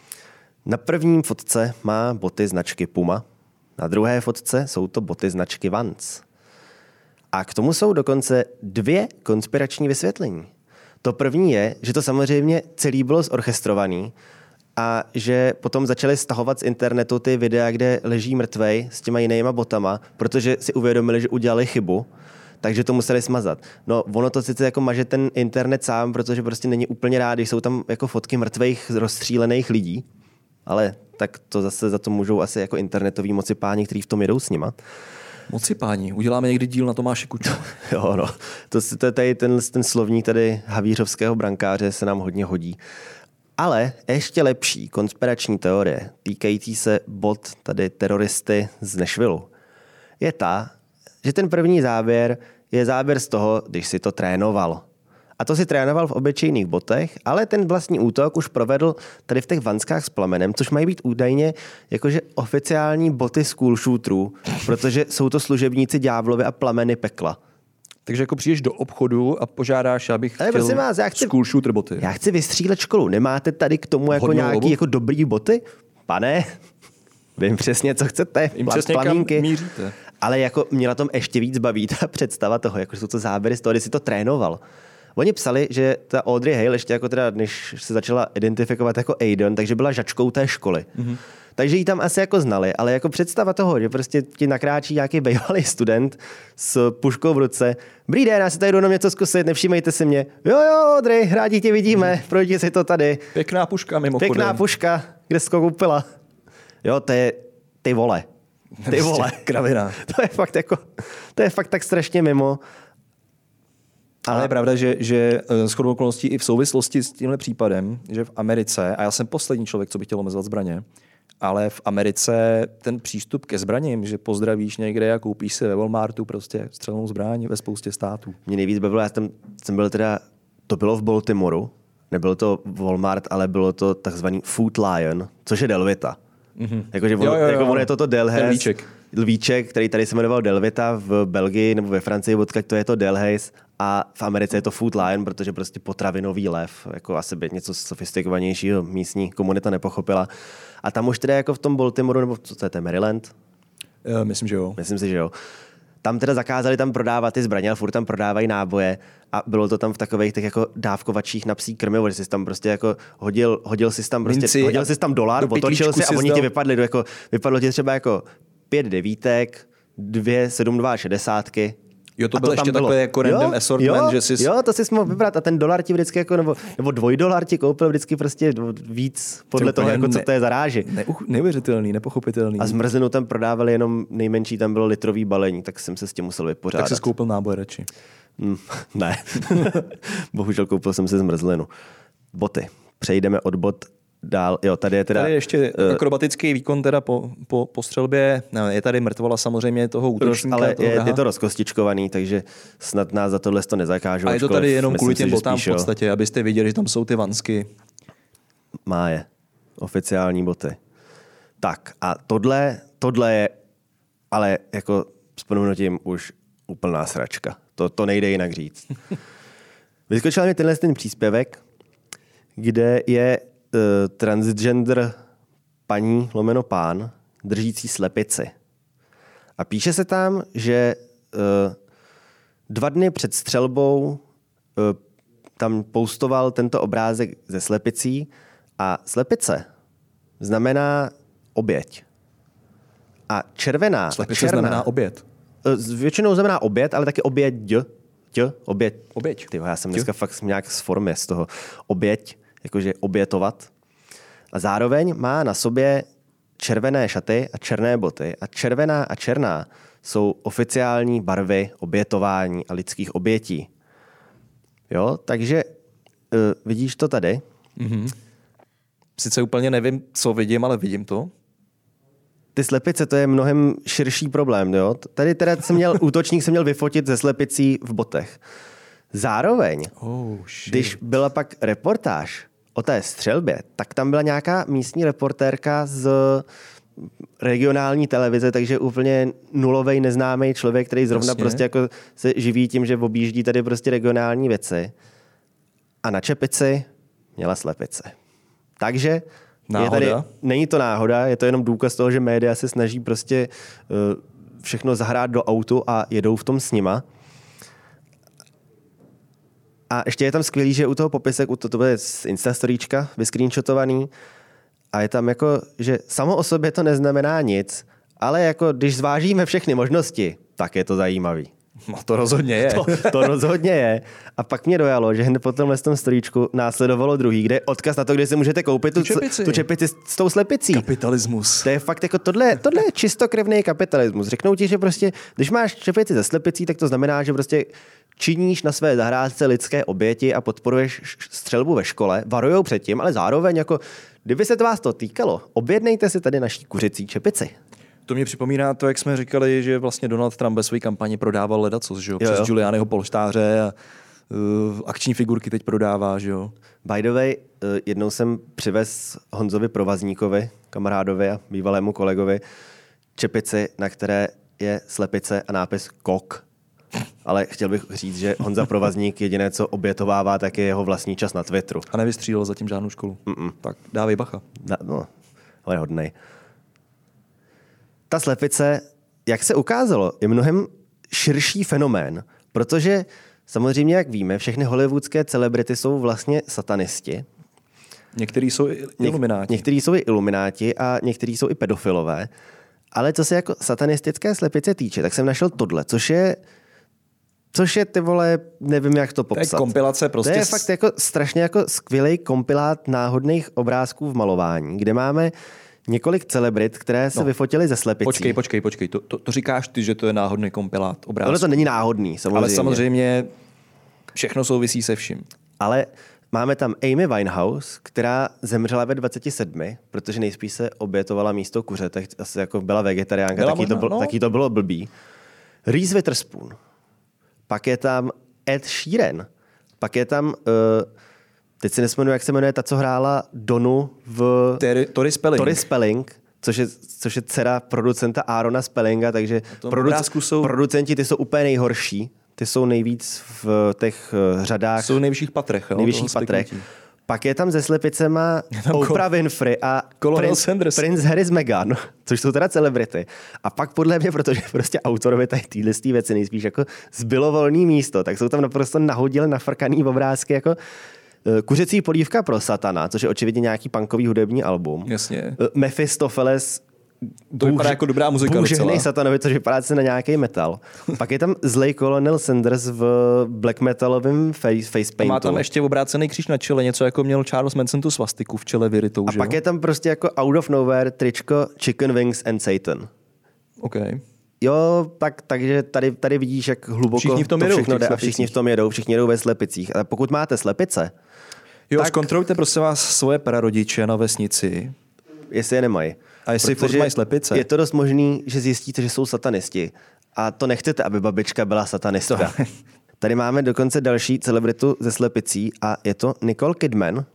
Speaker 1: Na prvním fotce má boty značky Puma, na druhé fotce jsou to boty značky Vans. A k tomu jsou dokonce dvě konspirační vysvětlení. To první je, že to samozřejmě celý bylo zorchestrovaný a že potom začali stahovat z internetu ty videa, kde leží mrtvej s těma jinýma botama, protože si uvědomili, že udělali chybu, takže to museli smazat. No, ono to sice jako maže ten internet sám, protože prostě není úplně rád, když jsou tam jako fotky mrtvejch rozstřílených lidí, ale tak to zase za to můžou asi jako internetoví moci páni, kteří v tom jedou s nima.
Speaker 2: Moci páni, uděláme někdy díl na Tomáše Kuču.
Speaker 1: Jo, no. To, to tady ten, ten slovník tady havířovského brankáře se nám hodně hodí. Ale ještě lepší konspirační teorie týkající se bot tady teroristy z Nashvillu je ta, že ten první záběr je záběr z toho, když si to trénoval. A to si trénoval v obyčejných botech, ale ten vlastní útok už provedl tady v těch vanskách s plamenem, což mají být údajně jakože oficiální boty school shooterů, protože jsou to služebníci ďávlovi a plameny pekla.
Speaker 2: Takže jako přijdeš do obchodu a požádáš, abych
Speaker 1: ale chtěl vás, já chci,
Speaker 2: school shooter boty.
Speaker 1: Já chci vystřílet školu. Nemáte tady k tomu jako nějaký jako dobrý boty? Pane, vím přesně, co chcete.
Speaker 2: Vím přesně, kam míříte.
Speaker 1: Ale jako mě na tom ještě víc baví ta představa toho, jako jsou to záběry z toho, kdy si to trénoval. Oni psali, že ta Audrey Hale ještě jako teda, než se začala identifikovat jako Aiden, takže byla žačkou té školy. Mm-hmm. Takže ji tam asi jako znali, ale jako představa toho, že prostě ti nakráčí nějaký bývalý student s puškou v ruce. Dobrý den, já si tady jdu jenom něco zkusit, nevšímejte si mě. Jo, jo, Audrey, rádi tě vidíme, projdi si to tady.
Speaker 2: Pěkná puška mimochodem.
Speaker 1: Pěkná puška, kde jsi to koupila? Jo, to je ty vole. Ty vole.
Speaker 2: Kravina.
Speaker 1: To je fakt jako, to je fakt tak strašně mimo.
Speaker 2: Ale je pravda, že, že shodou okolností i v souvislosti s tímhle případem, že v Americe, a já jsem poslední člověk, co by chtěl omezovat zbraně, ale v Americe ten přístup ke zbraním, že pozdravíš někde a koupíš si ve Walmartu prostě střelnou zbraň ve spoustě států.
Speaker 1: Mě nejvíc bavilo, já jsem, jsem byl teda, to bylo v Baltimoru, nebylo to Walmart, ale bylo to takzvaný Food Lion, což je Delvita. Mm-hmm. Jakože on, jo, jo, jo. Jako on je toto Delhaize,
Speaker 2: lvíček.
Speaker 1: lvíček, který tady se jmenoval Delvita v Belgii nebo ve Francii, odkud to je to Delhaize a v Americe je to Food Lion, protože prostě potravinový lev, jako asi by něco sofistikovanějšího místní komunita nepochopila. A tam už teda jako v tom Baltimoru, nebo co to je, to je Maryland?
Speaker 2: Já myslím, že jo.
Speaker 1: Myslím si, že jo. Tam teda zakázali tam prodávat ty zbraně, ale furt tam prodávají náboje a bylo to tam v takových těch jako dávkovačích na psí krmivo, že jsi tam prostě jako hodil, hodil jsi tam prostě, Minci, hodil jsi tam dolar, otočil si a oni ti vypadli, do jako, vypadlo ti třeba jako pět devítek, dvě sedm dva šedesátky.
Speaker 2: Jo, to byl ještě takové jako random jo, assortment,
Speaker 1: jo,
Speaker 2: že jsi...
Speaker 1: Jo, to si mohl vybrat a ten dolar ti vždycky jako, nebo, nebo dvojdolar ti koupil vždycky prostě víc podle toho, jako, co to je za ráži.
Speaker 2: Ne, neuvěřitelný, nepochopitelný.
Speaker 1: A zmrzlinu tam prodávali jenom nejmenší, tam bylo litrový balení, tak jsem se s tím musel vypořádat.
Speaker 2: Tak jsi koupil náboj radši.
Speaker 1: Mm, ne, bohužel koupil jsem si zmrzlinu. Boty. Přejdeme od bot dál. Jo, tady je teda...
Speaker 2: Tady je ještě uh, akrobatický výkon teda po, po, po střelbě. Je tady mrtvola samozřejmě toho útočníka.
Speaker 1: Ale
Speaker 2: toho
Speaker 1: je, je to rozkostičkovaný, takže snad nás za tohle to nezakážou.
Speaker 2: A je to tady jenom kvůli těm botám
Speaker 1: spíš,
Speaker 2: v podstatě, abyste viděli, že tam jsou ty vansky.
Speaker 1: Má je. Oficiální boty. Tak a tohle, tohle je ale jako s prominutím už úplná sračka. To, to nejde jinak říct. Vyskočil mi tenhle ten příspěvek, kde je uh, transgender paní lomeno pán držící slepici. A píše se tam, že uh, dva dny před střelbou uh, tam postoval tento obrázek ze slepicí a slepice znamená oběť. A červená
Speaker 2: slepice
Speaker 1: a černá
Speaker 2: znamená oběť.
Speaker 1: Většinou znamená oběd, ale taky oběť, tě, oběť.
Speaker 2: Oběť.
Speaker 1: Tyjo, já jsem dneska fakt nějak z formy z toho. Oběť, jakože obětovat. A zároveň má na sobě červené šaty a černé boty. A červená a černá jsou oficiální barvy obětování a lidských obětí. Jo, takže uh, vidíš to tady?
Speaker 2: Mm-hmm. Sice úplně nevím, co vidím, ale vidím to.
Speaker 1: Ty slepice, to je mnohem širší problém. Jo? Tady teda jsem měl, útočník se měl vyfotit ze slepicí v botech. Zároveň,
Speaker 2: oh,
Speaker 1: když byla pak reportáž o té střelbě, tak tam byla nějaká místní reportérka z regionální televize, takže úplně nulovej neznámý člověk, který zrovna Jasně. prostě jako se živí tím, že objíždí tady prostě regionální věci. A na čepici měla slepice. Takže je tady, není to náhoda, je to jenom důkaz toho, že média se snaží prostě uh, všechno zahrát do autu a jedou v tom s nima. A ještě je tam skvělý, že u toho popisek, u to, to bude z Instastoríčka vyscreenshotovaný a je tam jako, že samo o sobě to neznamená nic, ale jako když zvážíme všechny možnosti, tak je to zajímavý.
Speaker 2: No to rozhodně je.
Speaker 1: To, to rozhodně je. A pak mě dojalo, že hned po tomhle tom storíčku následovalo druhý, kde je odkaz na to, kde si můžete koupit tu, tu, čepici. tu čepici s tou slepicí.
Speaker 2: Kapitalismus.
Speaker 1: To je fakt jako tohle, tohle je čistokrevný kapitalismus. Řeknou ti, že prostě, když máš čepici ze slepicí, tak to znamená, že prostě činíš na své zahrádce lidské oběti a podporuješ střelbu ve škole. Varujou před tím, ale zároveň jako, kdyby se to vás to týkalo, objednejte si tady naší kuřecí čepici.
Speaker 2: To mě připomíná to, jak jsme říkali, že vlastně Donald Trump ve své kampani prodával ledacos, že jo? Přes jo. Giulianiho polštáře a uh, akční figurky teď prodává, že jo?
Speaker 1: By the way, uh, jednou jsem přivez Honzovi Provazníkovi, kamarádovi a bývalému kolegovi, čepici, na které je slepice a nápis Kok. Ale chtěl bych říct, že Honza Provazník jediné, co obětovává, tak je jeho vlastní čas na Twitteru.
Speaker 2: A nevystřílel zatím žádnou školu. Mm-mm. Tak dávej bacha.
Speaker 1: Da, no, ale hodnej. Ta slepice, jak se ukázalo, je mnohem širší fenomén, protože samozřejmě, jak víme, všechny hollywoodské celebrity jsou vlastně satanisti.
Speaker 2: Někteří jsou i ilumináti.
Speaker 1: Něk, někteří jsou i ilumináti a někteří jsou i pedofilové. Ale co se jako satanistické slepice týče, tak jsem našel tohle, což je Což je, ty vole, nevím, jak to popsat.
Speaker 2: To je kompilace prostě.
Speaker 1: To je fakt jako strašně jako skvělý kompilát náhodných obrázků v malování, kde máme několik celebrit, které se no. vyfotily ze slepicí.
Speaker 2: Počkej, počkej, počkej. To, to, to říkáš ty, že to je náhodný kompilát obrázků.
Speaker 1: Tohle to není náhodný, samozřejmě.
Speaker 2: Ale samozřejmě Všechno souvisí se vším.
Speaker 1: Ale máme tam Amy Winehouse, která zemřela ve dvaceti sedmi, protože nejspíš se obětovala místo kuřete, asi jako byla vegetariánka, byla taky, možná, to byl, no. taky to bylo blbý. Reese Witherspoon. Pak je tam Ed Sheeran. Pak je tam, uh, teď si nesmenu, jak se jmenuje ta, co hrála Donu v...
Speaker 2: Terry, Tori Spelling.
Speaker 1: Tori Spelling, což je, což je dcera producenta Aarona Spellinga, takže produc- jsou... producenti ty jsou úplně nejhorší. Ty jsou nejvíc v těch řadách.
Speaker 2: Jsou v nejvyšších patrech. Jo,
Speaker 1: nejvyšších patrech. Pak je tam se slepicema Oprah Winfrey a princ, princ Harry s Meghan, což jsou teda celebrity. A pak podle mě, protože prostě autorovi tady tyhle věci nejspíš jako zbylo volný místo, tak jsou tam naprosto nahodile nafrkaný obrázky jako Kuřecí polívka pro satana, což je očividně nějaký punkový hudební album.
Speaker 2: Jasně.
Speaker 1: Mephistopheles,
Speaker 2: to vypadá jako dobrá muzika
Speaker 1: docela. Satanovi, což vypadá se na nějaký metal. Pak je tam zlej Colonel Sanders v black metalovém face, face paintu.
Speaker 2: A má tam ještě obrácený kříž na čele, něco jako měl Charles Manson tu svastiku v čele vyrytou.
Speaker 1: A
Speaker 2: že
Speaker 1: pak
Speaker 2: jo?
Speaker 1: je tam prostě jako out of nowhere tričko Chicken Wings and Satan.
Speaker 2: OK.
Speaker 1: Jo, tak, takže tady, tady vidíš, jak hluboko
Speaker 2: všichni v tom
Speaker 1: to
Speaker 2: jedou,
Speaker 1: všechno jde a všichni v tom jedou, všichni jedou ve slepicích. Ale pokud máte slepice,
Speaker 2: jo,
Speaker 1: tak...
Speaker 2: zkontrolujte prosím vás svoje prarodiče na vesnici.
Speaker 1: Jestli je nemají.
Speaker 2: A jestli furt mají slepice.
Speaker 1: Je to dost možný, že zjistíte, že jsou satanisti. A to nechcete, aby babička byla satanistka. Tady máme dokonce další celebritu ze slepicí a je to Nicole Kidman,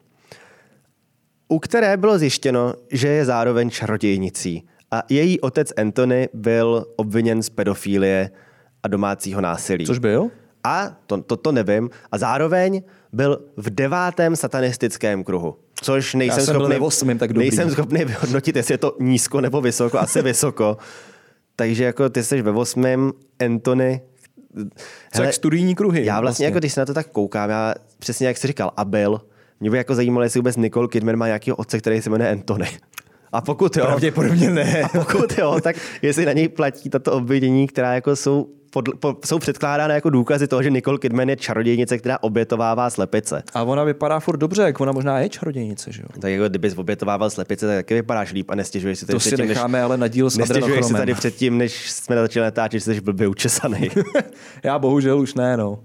Speaker 1: u které bylo zjištěno, že je zároveň čarodějnicí. A její otec Anthony byl obviněn z pedofilie a domácího násilí.
Speaker 2: Což byl?
Speaker 1: A to, to, to nevím. A zároveň byl v devátém satanistickém kruhu. Což nejsem schopný,
Speaker 2: osmým, tak
Speaker 1: nejsem schopný vyhodnotit, jestli je to nízko nebo vysoko. Asi vysoko. Takže jako ty jsi ve osmém, Anthony.
Speaker 2: Co jak studijní kruhy.
Speaker 1: Já vlastně, vlastně, jako když se na to tak koukám, já přesně jak jsi říkal, a byl. Mě by jako zajímalo, jestli vůbec Nicole Kidman má nějakého otce, který se jmenuje Anthony. A pokud jo,
Speaker 2: pravděpodobně ne.
Speaker 1: A pokud jo, tak jestli na něj platí tato obvinění, která jako jsou, pod, po, jsou předkládány jako důkazy toho, že Nicole Kidman je čarodějnice, která obětovává slepice.
Speaker 2: A ona vypadá furt dobře, jak ona možná je čarodějnice, že jo?
Speaker 1: Tak jako kdybys obětovával slepice, tak taky vypadáš líp a nestěžuješ si tady
Speaker 2: to předtím, si necháme než, ale na díl s
Speaker 1: nestěžuješ si tady předtím, než jsme začali natáčet, že jsi blbě učesaný.
Speaker 2: Já bohužel už ne, no.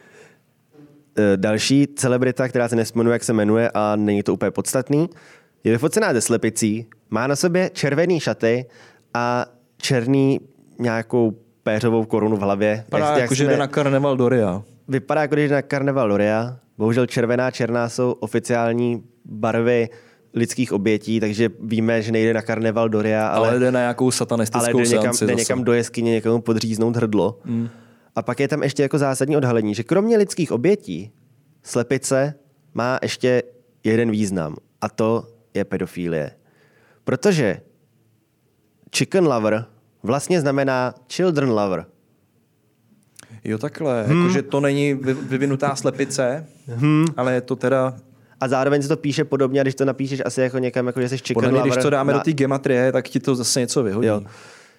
Speaker 1: Další celebrita, která se nesmenuje, jak se jmenuje a není to úplně podstatný, je vyfocená ze slepicí, má na sobě červený šaty a černý nějakou péřovou korunu v hlavě.
Speaker 2: Vypadá jak jako, že jde na karneval do Ria.
Speaker 1: Vypadá jako, že jde na karneval do Ria. Bohužel červená, černá jsou oficiální barvy lidských obětí, takže víme, že nejde na karneval do Ria, ale,
Speaker 2: ale jde na nějakou satanistickou
Speaker 1: ale jde někam,
Speaker 2: jde
Speaker 1: někam do jeskyně, někomu podříznout hrdlo. Mm. A pak je tam ještě jako zásadní odhalení, že kromě lidských obětí slepice má ještě jeden význam a to je pedofilie. Protože chicken lover vlastně znamená children lover.
Speaker 2: Jo, takhle. Hmm. Jakože to není vyvinutá slepice, hmm. ale je to teda...
Speaker 1: A zároveň se to píše podobně, a když to napíšeš asi jako někam, jako že jsi chicken
Speaker 2: Podle mě,
Speaker 1: lover.
Speaker 2: Když to dáme
Speaker 1: na...
Speaker 2: do té gematrie, tak ti to zase něco vyhodí. Jo.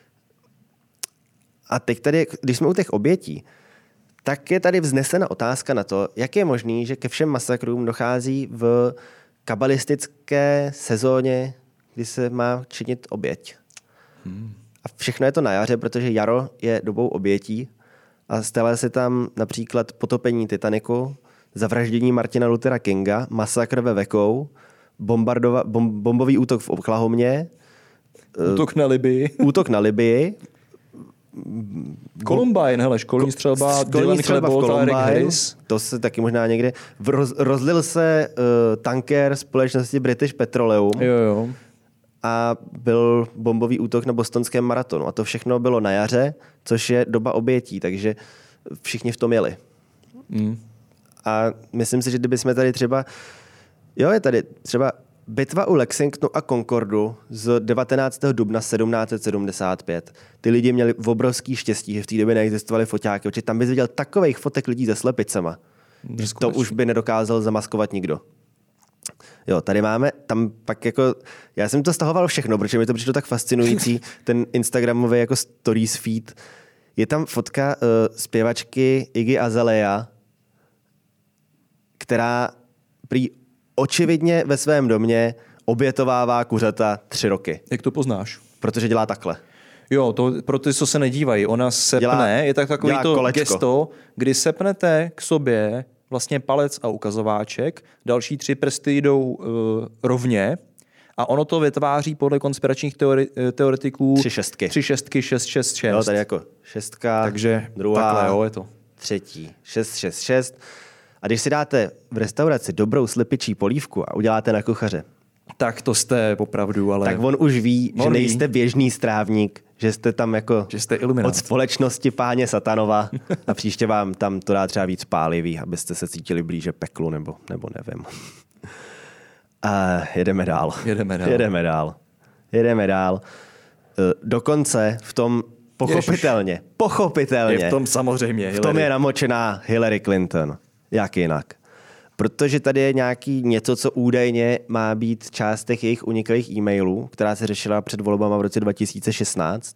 Speaker 1: A teď tady, když jsme u těch obětí, tak je tady vznesena otázka na to, jak je možný, že ke všem masakrům dochází v kabalistické sezóně, kdy se má činit oběť. Hmm. A všechno je to na jaře, protože jaro je dobou obětí a stala se tam například potopení Titaniku, zavraždění Martina Luthera Kinga, masakr ve Vekou, bombardova- bom- bombový útok v Oklahomě,
Speaker 2: útok na Libii,
Speaker 1: útok na Libii,
Speaker 2: Columbine, hele, školní střelba, Dylan Klebold a Rick Harris.
Speaker 1: To se taky možná někde... Roz, rozlil se uh, tanker společnosti British Petroleum
Speaker 2: jo, jo.
Speaker 1: a byl bombový útok na bostonském maratonu. A to všechno bylo na jaře, což je doba obětí, takže všichni v tom jeli. Mm. A myslím si, že kdybychom tady třeba... Jo, je tady třeba bitva u Lexingtonu a Concordu z devatenáctého dubna sedmnáct set sedmdesát pět. Ty lidi měli obrovský štěstí, že v té době neexistovaly foťáky, protože tam bys viděl takových fotek lidí se slepicema. To už by nedokázal zamaskovat nikdo. Jo, tady máme, tam pak jako, já jsem to stahoval všechno, protože mi to přišlo tak fascinující, ten instagramový jako stories feed. Je tam fotka uh, zpěvačky Iggy Azalea, která prý očividně ve svém domě obětovává kuřata tři roky.
Speaker 2: Jak to poznáš?
Speaker 1: Protože dělá takhle.
Speaker 2: Jo, to pro ty, co se nedívají. Ona sepne, dělá, je tak takový to kolečko. Gesto, kdy sepnete k sobě vlastně palec a ukazováček, další tři prsty jdou uh, rovně a ono to vytváří podle konspiračních teori, teoretiků
Speaker 1: tři šestky.
Speaker 2: Tři šestky, šest, šest, šest.
Speaker 1: Jo, tady jako šestka,
Speaker 2: takže
Speaker 1: druhá,
Speaker 2: takhle, jo, je to.
Speaker 1: Třetí, šest, šest, šest. A když si dáte v restauraci dobrou slepičí polívku a uděláte na kuchaře,
Speaker 2: tak to jste opravdu, ale...
Speaker 1: Tak on už ví, on že nejste ví. běžný strávník, že jste tam jako
Speaker 2: že jste iluminant.
Speaker 1: Od společnosti páně Satanova a příště vám tam to dá třeba víc pálivý, abyste se cítili blíže peklu, nebo, nebo nevím. A jedeme dál.
Speaker 2: Jedeme dál.
Speaker 1: Jedeme dál. Jedeme dál. Dokonce v tom pochopitelně, Ježiš. pochopitelně.
Speaker 2: Je v tom samozřejmě Hillary.
Speaker 1: V tom je namočená Hillary Clinton. Jak jinak? Protože tady je nějaký něco, co údajně má být část těch jejich uniklých e-mailů, která se řešila před volbama v roce dva tisíce šestnáct.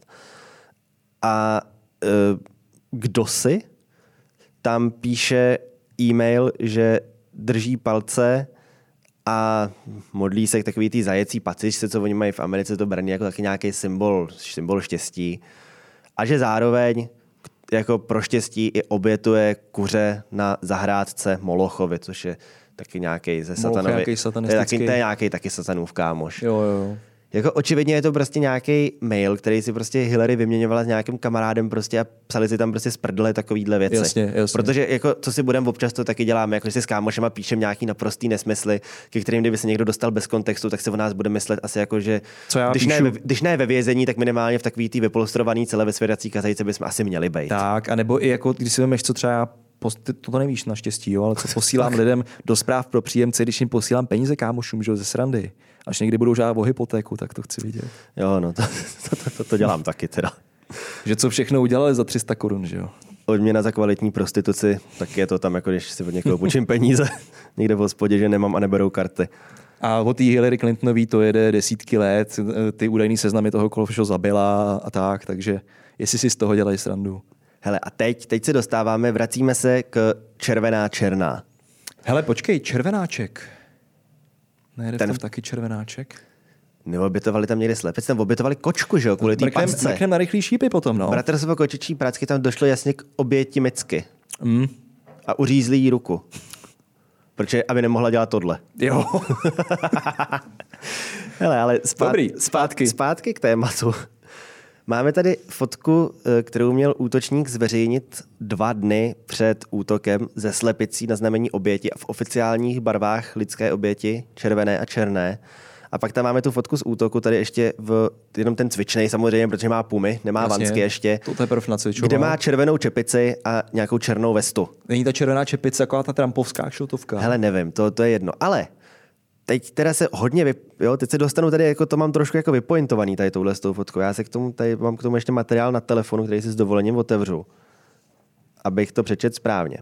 Speaker 1: A e, kdo si tam píše e-mail, že drží palce a modlí se k takový tý zajecí pacičce, co oni mají v Americe, to brání jako taky nějaký symbol, symbol štěstí. A že zároveň jako pro štěstí i obětuje kuře na zahrádce Molochovi, což je taky nějaký ze Satanovi. To je taky, to je nějaký taky Satanův kámoš.
Speaker 2: Jo, jo.
Speaker 1: Jako očividně je to prostě nějaký mail, který si prostě Hillary vyměňovala s nějakým kamarádem prostě a psali si tam prostě z prdele takovýhle věci.
Speaker 2: Jasně, jasně.
Speaker 1: Protože jako, co si budeme občas to taky děláme, jako že si s kámošema píšem nějaký naprostý nesmysly, ke kterým kdyby se někdo dostal bez kontextu, tak se o nás bude myslet asi jako, že
Speaker 2: co já
Speaker 1: když,
Speaker 2: píšu...
Speaker 1: ne, když ne ve vězení, tak minimálně v takový tý vypolstrovaný celé vysvědací kazajce bychom asi měli být.
Speaker 2: Tak, anebo i jako, když si vemeš, co třeba Post, to nevíš naštěstí, jo, ale co posílám lidem do zpráv pro příjemce, když jim posílám peníze kámošům, že, ze srandy. Až někdy budou žádat o hypotéku, tak to chci vidět.
Speaker 1: Jo, no to, to, to, to dělám taky teda.
Speaker 2: Že co všechno udělali za tři sta korun, že jo?
Speaker 1: Odměna za kvalitní prostituci, tak je to tam, jako když si od někoho půjčím peníze někde v hospodě, že nemám a neberou karty.
Speaker 2: A od té Hillary Clintonový to jede desítky let, ty údajný seznamy toho, koho všeho zabila a tak, takže jestli si z toho dělají srandu.
Speaker 1: Hele, a teď, teď se dostáváme, vracíme se k červená černá.
Speaker 2: Hele, počkej, červenáček. Nejde ten... tam taky červenáček?
Speaker 1: Neobětovali tam někde slepec, tam obětovali kočku, že jo, kvůli té pasce.
Speaker 2: Mrknem na rychlý šípy potom, no.
Speaker 1: Bratrstvo kočičí prácky tam došlo jasně k oběti Micky.
Speaker 2: Mm.
Speaker 1: A uřízli jí ruku. Protože, aby nemohla dělat tohle.
Speaker 2: Jo.
Speaker 1: Hele, ale zpát,
Speaker 2: Dobrý, zpátky.
Speaker 1: Zpátky k tématu. Máme tady fotku, kterou měl útočník zveřejnit dva dny před útokem ze slepicí na znamení oběti a v oficiálních barvách lidské oběti, červené a černé. A pak tam máme tu fotku z útoku, tady ještě v jenom ten cvičnej samozřejmě, protože má pumy, nemá
Speaker 2: Jasně,
Speaker 1: vansky ještě.
Speaker 2: To teprve nacvičoval.
Speaker 1: Kde má červenou čepici a nějakou černou vestu.
Speaker 2: Není ta červená čepice jako ta trampovská šiltovka?
Speaker 1: Hele, nevím, to, to je jedno. Ale teď teda se hodně, vyp... jo, teď se dostanu tady, jako to mám trošku jako vypointovaný tady touhle s tou fotkou. Já se k tomu, tady mám k tomu ještě materiál na telefonu, který si s dovolením otevřu, abych to přečet správně.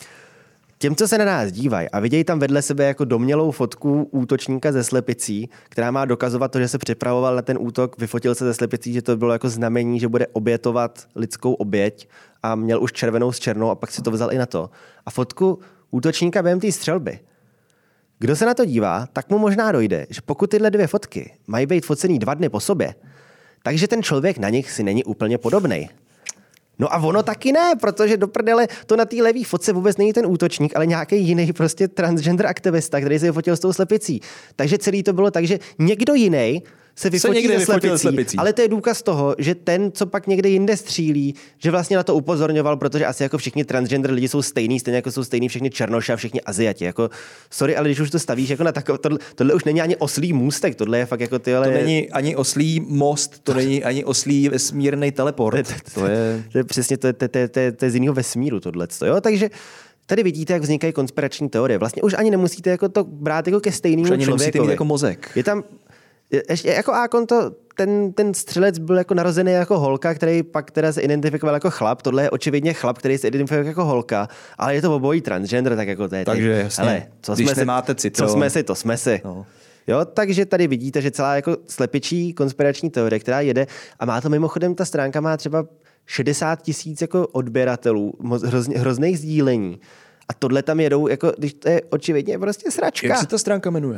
Speaker 1: Těm, co se na nás dívají a vidějí tam vedle sebe jako domnělou fotku útočníka ze slepicí, která má dokazovat to, že se připravoval na ten útok, vyfotil se ze slepicí, že to bylo jako znamení, že bude obětovat lidskou oběť a měl už červenou s černou a pak si to vzal i na to. A fotku útočníka během té střelby. Kdo se na to dívá, tak mu možná dojde, že pokud tyhle dvě fotky mají být focený dva dny po sobě, takže ten člověk na nich si není úplně podobnej. No a ono taky ne, protože do prdele to na té levý fotce vůbec není ten útočník, ale nějaký jiný prostě transgender aktivista, který se vyfotil s tou slepicí. Takže celý to bylo tak, že někdo jiný se vyfotí se slepicí, slepicí, ale to je důkaz toho, že ten, co pak někde jinde střílí, že vlastně na to upozorňoval, protože asi jako všichni transgender lidi jsou stejný, stejně jako jsou stejný všichni černoši a všichni Aziati. Jako, sorry, ale když už to stavíš jako na takové, tohle, tohle už není ani oslý můstek, tohle je fakt jako ty, ale...
Speaker 2: To není ani oslý most, to není ani oslý vesmírný teleport.
Speaker 1: To je, to je přesně, to je, to, je, to, je, to je z jiného vesmíru tohleto, jo, takže tady vidíte, jak vznikají konspirační teorie. Vlastně už ani nemusíte jako to brát jako ke stejnému člověku.
Speaker 2: Nemusíte mít jako mozek.
Speaker 1: Je tam ještě jako Akon to, ten, ten střelec byl jako narozený jako holka, který pak teda se identifikoval jako chlap. Tohle je očividně chlap, který se identifikoval jako holka, ale je to obojí transgender, tak jako to je.
Speaker 2: Takže jasně, hele, co
Speaker 1: když
Speaker 2: jsme nemáte cit,
Speaker 1: co jsme si, to jsme si. No. Jo, takže tady vidíte, že celá jako slepičí konspirační teorie, která jede a má to mimochodem, ta stránka má třeba šedesát tisíc jako odběratelů, hrozně, hrozných sdílení. A tohle tam jedou, jako, když to je očividně prostě sračka.
Speaker 2: Jak se ta stránka jmenuje?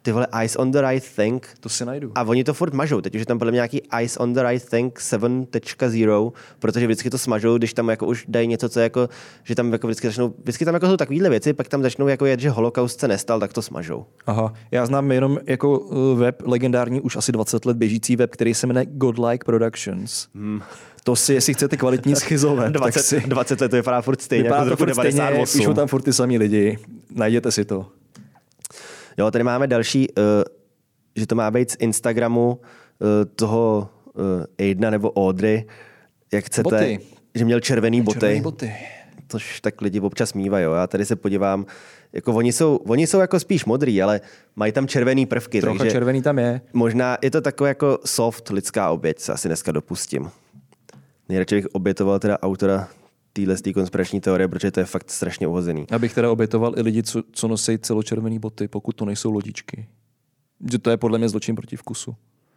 Speaker 1: ty vole Eyes on the Right Thing.
Speaker 2: To si najdu.
Speaker 1: A oni to furt mažou. Teď už je tam podle mě nějaký Eyes on the Right Thing sedm tečka nula, protože vždycky to smažou, když tam jako už dají něco, co jako, že tam jako vždycky začnou, vždycky tam jako jsou takovýhle věci, pak tam začnou jako jet, že holokaust se nestal, tak to smažou.
Speaker 2: Aha, já znám jenom jako web, legendární už asi dvacet let běžící web, který se jmenuje Godlike Productions. Hmm. To si, jestli chcete kvalitní schizové,
Speaker 1: dvacet,
Speaker 2: tak si...
Speaker 1: dvacet let to vypadá furt stejně,
Speaker 2: vypadá
Speaker 1: jako z roku devadesát osm.
Speaker 2: Stejně, píšou tam furt ty samý lidi, najděte si to.
Speaker 1: Jo, tady máme další, uh, že to má být z Instagramu uh, toho uh, Aidena nebo Audrey, jak chcete,
Speaker 2: boty.
Speaker 1: Že měl červený boty.
Speaker 2: Červený boty.
Speaker 1: Což tak lidi občas mývají, jo. Já tady se podívám, jako oni jsou, oni jsou jako spíš modrý, ale mají tam červený prvky.
Speaker 2: Trocha
Speaker 1: takže
Speaker 2: červený tam je.
Speaker 1: Možná je to takové jako soft lidská oběť, se asi dneska dopustím. Nejradši bych obětoval teda autora téhle konspirační teorie, protože to je fakt strašně uhozený.
Speaker 2: Abych teda obětoval i lidi, co, co nosí celočervený boty, pokud to nejsou lodičky. Že to je podle mě zločin proti vkusu.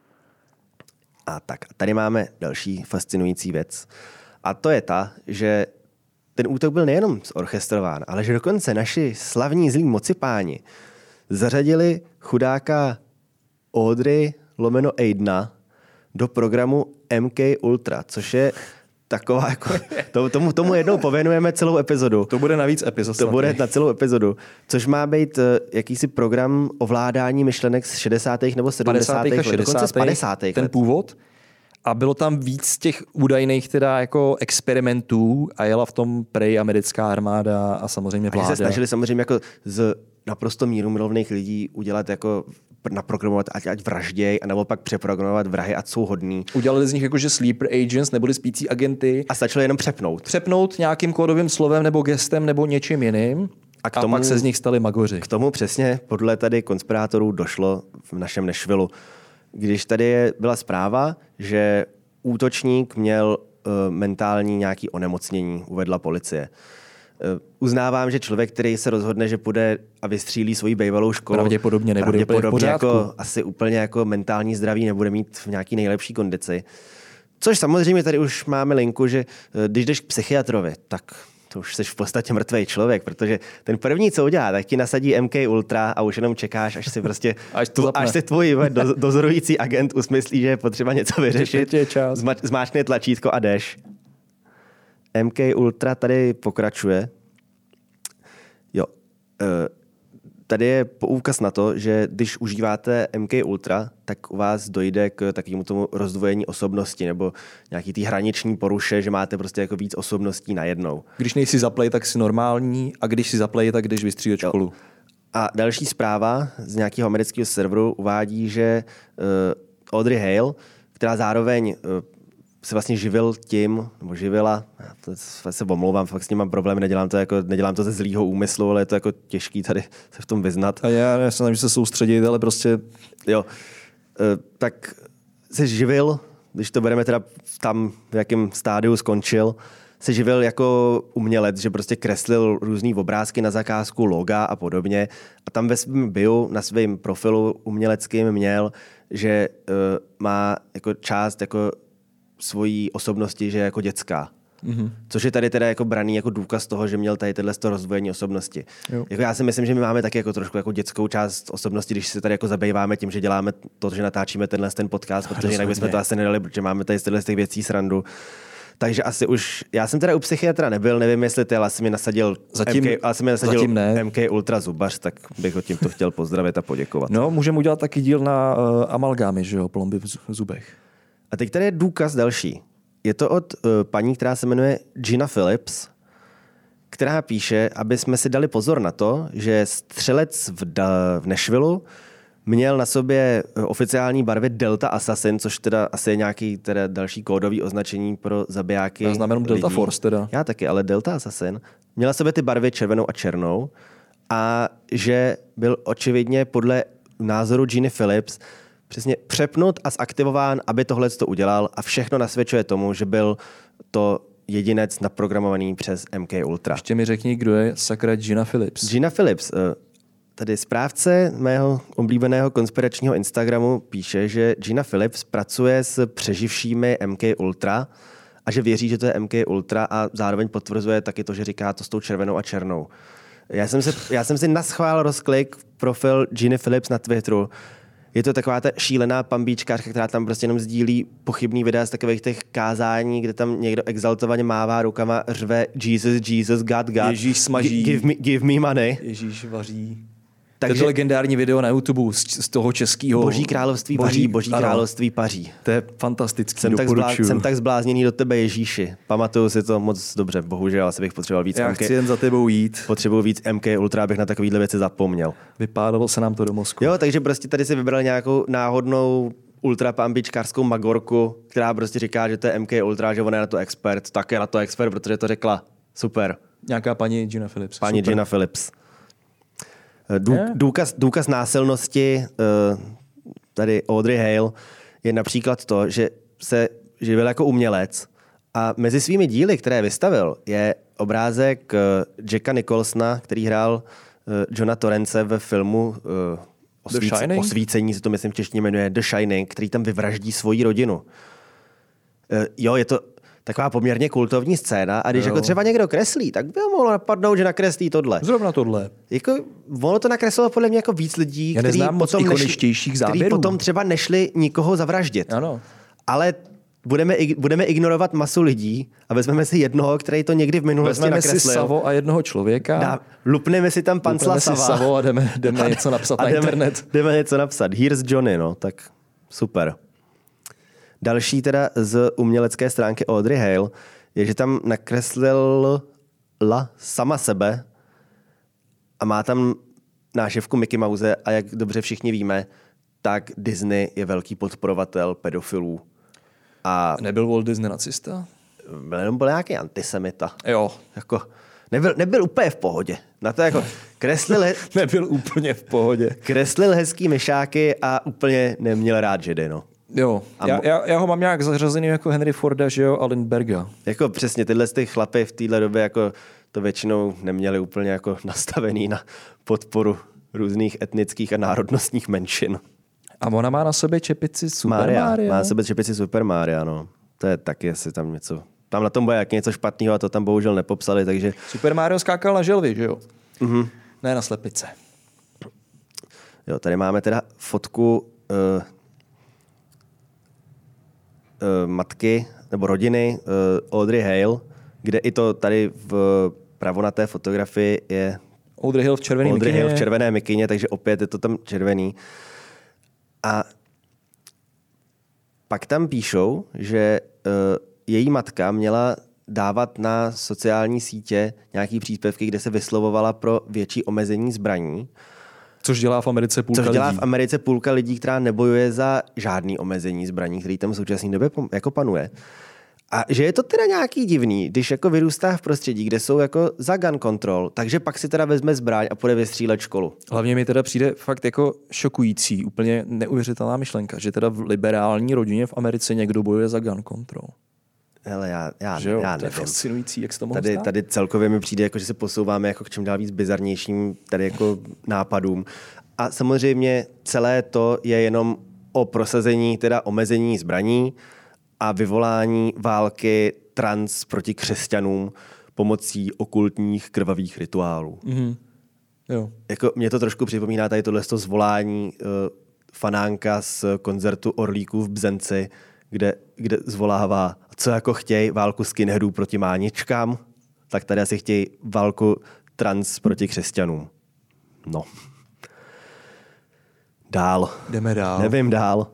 Speaker 1: A tak, tady máme další fascinující věc. A to je ta, že ten útok byl nejenom zorchestrován, ale že dokonce naši slavní zlí mocipáni zařadili chudáka Audrey lomeno Aidena do programu M K Ultra, což je taková jako, to, tomu, tomu jednou pověnujeme celou epizodu.
Speaker 2: To bude navíc epizod.
Speaker 1: To bude na celou epizodu, což má být uh, jakýsi program ovládání myšlenek z šedesátých nebo sedmdesátých let, dokonce z padesátých
Speaker 2: ten
Speaker 1: let.
Speaker 2: Původ. A bylo tam víc těch údajných teda jako experimentů a jela v tom prej americká armáda a samozřejmě vláda.
Speaker 1: A se snažili samozřejmě jako z naprosto mírumilovných lidí udělat jako naprogramovat, ať, ať vražděj a naopak přeprogramovat vrahy, ať jsou hodný.
Speaker 2: Udělali z nich jakože sleeper agents, neboli spící agenty.
Speaker 1: A stačilo jenom přepnout.
Speaker 2: Přepnout nějakým kódovým slovem nebo gestem nebo něčím jiným. A, k tomu, a pak se z nich stali magoři.
Speaker 1: K tomu přesně podle tady konspirátorů došlo v našem Nashvillu. Když tady je, byla zpráva, že útočník měl uh, mentální nějaký onemocnění, uvedla policie. Uh, uznávám, že člověk, který se rozhodne, že půjde a vystřílí svoji bývalou školu,
Speaker 2: pravděpodobně nebude
Speaker 1: pravděpodobně
Speaker 2: úplně v pořádku.
Speaker 1: Jako, asi úplně jako mentální zdraví nebude mít v nějaký nejlepší kondici. Což samozřejmě tady už máme linku, že uh, když jdeš k psychiatrovi, tak to už jsi v podstatě mrtvej člověk, protože ten první, co udělá, tak ti nasadí M K Ultra a už jenom čekáš, až si prostě,
Speaker 2: až, to
Speaker 1: až si tvůj do, dozorující agent usmyslí, že je potřeba něco vyřešit, zma, zmáčkne tlačítko a jdeš. M K Ultra tady pokračuje. Jo. Tady je poukaz na to, že když užíváte M K Ultra, tak u vás dojde k takovému tomu rozdvojení osobnosti nebo nějaký tý hraniční poruše, že máte prostě jako víc osobností najednou.
Speaker 2: Když nejsi zaplay, tak jsi normální a když si zaplay, tak jdeš vystřídat školu.
Speaker 1: A další zpráva z nějakého amerického serveru uvádí, že uh, Audrey Hale, která zároveň uh, se vlastně živil tím, nebo živila, já se omlouvám, fakt s tím mám problém, nedělám to, jako, nedělám to ze zlýho úmyslu, ale je to jako těžký tady se v tom vyznat.
Speaker 2: A já, já se snažím se soustředit, ale prostě...
Speaker 1: Jo, tak se živil, když to bereme teda tam, v jakém stádiu skončil, se živil jako umělec, že prostě kreslil různý obrázky na zakázku, loga a podobně. A tam ve svém bio, na svém profilu uměleckým měl, že uh, má jako část jako svojí osobnosti, že je jako dětská. Mm-hmm. Což je tady teda jako braný jako důkaz toho, že měl tady tyhle rozdvojení osobnosti. Jako já si myslím, že my máme taky jako trošku jako dětskou část osobnosti, když se tady jako zabýváme tím, že děláme to, že natáčíme tenhle ten podcast, protože jinak bychom to asi nedali, protože máme tady z těch věcí srandu. Takže asi už, já jsem teda u psychiatra nebyl, nevím, jestli ty, ale asi mi nasadil,
Speaker 2: zatím,
Speaker 1: M K, ale mi nasadil
Speaker 2: zatím ne.
Speaker 1: M K Ultra zubař, tak bych ho tímto chtěl pozdravit a poděkovat.
Speaker 2: No, můžeme udělat taky díl na uh, amalgámy, že jo, plomby v zubech.
Speaker 1: A teď tady je důkaz další. Je to od uh, paní, která se jmenuje Gina Phillips, která píše, aby jsme si dali pozor na to, že střelec v, da, v Nashvillu měl na sobě oficiální barvy Delta Assassin, což teda asi je nějaký teda další kódový označení pro zabijáky.
Speaker 2: Já znám jenom Delta
Speaker 1: lidí.
Speaker 2: Force teda.
Speaker 1: Já taky, ale Delta Assassin. Měl na sobě ty barvy červenou a černou a že byl očividně podle názoru Giny Phillips přesně přepnut a zaktivován, aby tohle to udělal a všechno nasvědčuje tomu, že byl to jedinec naprogramovaný přes M K Ultra.
Speaker 2: Ještě mi řekni, kdo je sakra Gina Phillips.
Speaker 1: Gina Phillips, tady správce mého oblíbeného konspiračního Instagramu píše, že Gina Phillips pracuje s přeživšími M K Ultra a že věří, že to je M K Ultra a zároveň potvrzuje taky to, že říká to s tou červenou a černou. Já jsem, se, já jsem si naschvál rozklik profil Ginny Phillips na Twitteru. Je to taková ta šílená pambíčkářka, která tam prostě jenom sdílí pochybný videa z takových těch kázání, kde tam někdo exaltovaně mává rukama, řve Jesus, Jesus, God, God.
Speaker 2: Ježíš smaží.
Speaker 1: Give me, give me money.
Speaker 2: Ježíš vaří.
Speaker 1: Takže
Speaker 2: to legendární video na YouTube z, z toho českého.
Speaker 1: Boží království boží, paří, Boží ano, království paří.
Speaker 2: To je fantastický,
Speaker 1: jsem
Speaker 2: doporučuju.
Speaker 1: Tak zblá, jsem tak zblázněný do tebe, Ježíši. Pamatuju si to moc dobře, bohužel, asi bych potřeboval víc
Speaker 2: Já
Speaker 1: M K.
Speaker 2: chci jen za tebou jít.
Speaker 1: Potřebuji víc M K Ultra, abych na takovýhle věci zapomněl.
Speaker 2: Vypádalo se nám to do mozku.
Speaker 1: Jo, takže prostě tady si vybral nějakou náhodnou ultrapambičkářskou magorku, která prostě říká, že to je M K Ultra, že ona je na to expert. Tak je na to expert, protože to řekla. Super.
Speaker 2: Nějaká paní Gina Phillips.
Speaker 1: Paní
Speaker 2: Super.
Speaker 1: Gina Phillips. Dů, důkaz, důkaz násilnosti tady Audrey Hale je například to, že se živil jako umělec a mezi svými díly, které vystavil, je obrázek Jacka Nicholsona, který hrál Johna Torrance ve filmu Osvíc, Osvícení, se to myslím v češtině jmenuje, The Shining, který tam vyvraždí svoji rodinu. Jo, je to taková poměrně kultovní scéna a když jo. jako třeba někdo kreslí, tak by mohlo napadnout, že nakreslí tohle.
Speaker 2: Zrovna tohle.
Speaker 1: Jako, ono to nakreslilo podle mě jako víc lidí, kteří potom, nešli, který potom třeba nešli nikoho zavraždit.
Speaker 2: Ano.
Speaker 1: Ale budeme, budeme ignorovat masu lidí a vezmeme si jednoho, který to někdy v minulosti
Speaker 2: vezmeme
Speaker 1: nakreslil.
Speaker 2: Vezmeme si Savo a jednoho člověka.
Speaker 1: Dá, lupneme si tam pancla Sava.
Speaker 2: si Savo a jdeme, jdeme něco napsat na
Speaker 1: jdeme,
Speaker 2: internet.
Speaker 1: Jdeme něco napsat. Here's Johnny, no, tak super. Další teda z umělecké stránky Audrey Hale je, že tam nakreslila sama sebe a má tam nášivku Mickey Mouse a jak dobře všichni víme, tak Disney je velký podporovatel pedofilů. A
Speaker 2: nebyl Walt Disney nacista?
Speaker 1: Byl, byl nějaký antisemita.
Speaker 2: Jo.
Speaker 1: Jako, nebyl, nebyl úplně v pohodě. Na to jako kreslil... He...
Speaker 2: nebyl úplně v pohodě.
Speaker 1: Kreslil hezký myšáky a úplně neměl rád Židy, no.
Speaker 2: Jo, já, já, já ho mám nějak zařazený jako Henry Forda, že jo, a Lindberga.
Speaker 1: Jako přesně tyhle ty chlapy v téhle době jako to většinou neměli úplně jako nastavený na podporu různých etnických a národnostních menšin.
Speaker 2: A ona má na sobě čepici Super
Speaker 1: Maria.
Speaker 2: Mario.
Speaker 1: Má na sobě čepici Super Mario, no. To je taky asi tam něco... Tam na tom bude jak něco špatného a to tam bohužel nepopsali, takže...
Speaker 2: Super Mario skákal na želvy, že jo?
Speaker 1: Mhm.
Speaker 2: Ne na slepice.
Speaker 1: Jo, tady máme teda fotku uh, uh, matky nebo rodiny uh, Audrey Hale, kde i to tady v pravo na té fotografii je
Speaker 2: Audrey Hale v červené
Speaker 1: Audrey
Speaker 2: mikině.
Speaker 1: Hale v červené mikině, takže opět je to tam červený. A pak tam píšou, že uh, její matka měla dávat na sociální sítě nějaký příspěvky, kde se vyslovovala pro větší omezení zbraní.
Speaker 2: Což dělá v Americe půlka lidí.
Speaker 1: Což dělá v Americe půlka lidí, která nebojuje za žádný omezení zbraní, který tam v současné době jako panuje. A že je to teda nějaký divný, když jako vyrůstá v prostředí, kde jsou jako za gun control, takže pak si teda vezme zbraň a půjde vystřílet školu.
Speaker 2: Hlavně mi teda přijde fakt jako šokující, úplně neuvěřitelná myšlenka, že teda v liberální rodině v Americe někdo bojuje za gun control.
Speaker 1: Hele, já, já,
Speaker 2: že jo,
Speaker 1: já
Speaker 2: to je
Speaker 1: nevím.
Speaker 2: fascinující, jak se to mohlo
Speaker 1: tady,
Speaker 2: stát.
Speaker 1: tady celkově mi přijde, jako, že se posouváme jako k čím dál víc bizarnějším tady jako nápadům. A samozřejmě celé to je jenom o prosazení, teda omezení zbraní a vyvolání války trans proti křesťanům pomocí okultních krvavých rituálů.
Speaker 2: Mm-hmm. Jo.
Speaker 1: Jako, mě to trošku připomíná tady tohle zvolání uh, fanánka z koncertu Orlíků v Bzenci, kde, kde zvolává, co jako chtějí válku skinheadů proti máničkám, tak tady asi chtějí válku trans proti křesťanům. No. Dál.
Speaker 2: Jdeme dál.
Speaker 1: Nevím dál.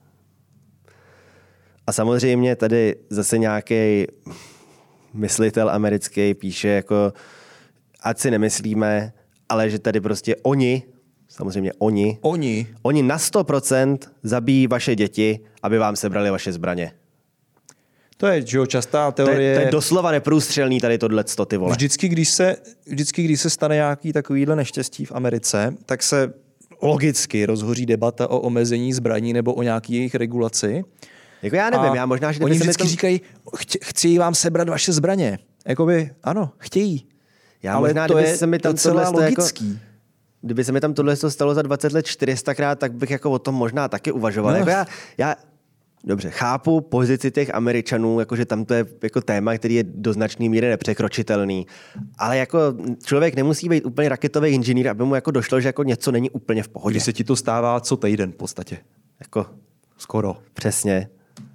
Speaker 1: A samozřejmě tady zase nějaký myslitel americký píše jako, ať si nemyslíme, ale že tady prostě oni, samozřejmě oni,
Speaker 2: Oni?
Speaker 1: Oni na sto procent zabijí vaše děti, aby vám sebrali vaše zbraně.
Speaker 2: To je, že jo, častá teorie.
Speaker 1: To je, to je doslova neprůstřelný tady tohleto, ty vole.
Speaker 2: Vždycky, když se, vždycky, když se stane nějaký takovýhle neštěstí v Americe, tak se logicky rozhoří debata o omezení zbraní nebo o nějaký jejich regulaci.
Speaker 1: Jako já nevím,
Speaker 2: a
Speaker 1: já možná, že...
Speaker 2: Oni vždycky
Speaker 1: tom...
Speaker 2: říkají, chci, chci vám sebrat vaše zbraně. Jakoby, ano, chtějí.
Speaker 1: Já
Speaker 2: ale
Speaker 1: možná,
Speaker 2: to
Speaker 1: kdyby
Speaker 2: je
Speaker 1: se mi tam
Speaker 2: docela logický.
Speaker 1: Jako, kdyby se mi tam tohle stalo za dvacet let čtyři sta krát, tak bych jako o tom možná taky uvažoval.
Speaker 2: No.
Speaker 1: Jako já, já dobře, chápu pozici těch Američanů, jakože tam to je jako téma, který je do značné míry nepřekročitelný, ale jako člověk nemusí být úplně raketový inženýr, aby mu jako došlo, že jako něco není úplně v pohodě.
Speaker 2: Když se ti to stává co týden v podstatě.
Speaker 1: Jako
Speaker 2: skoro.
Speaker 1: Přesně.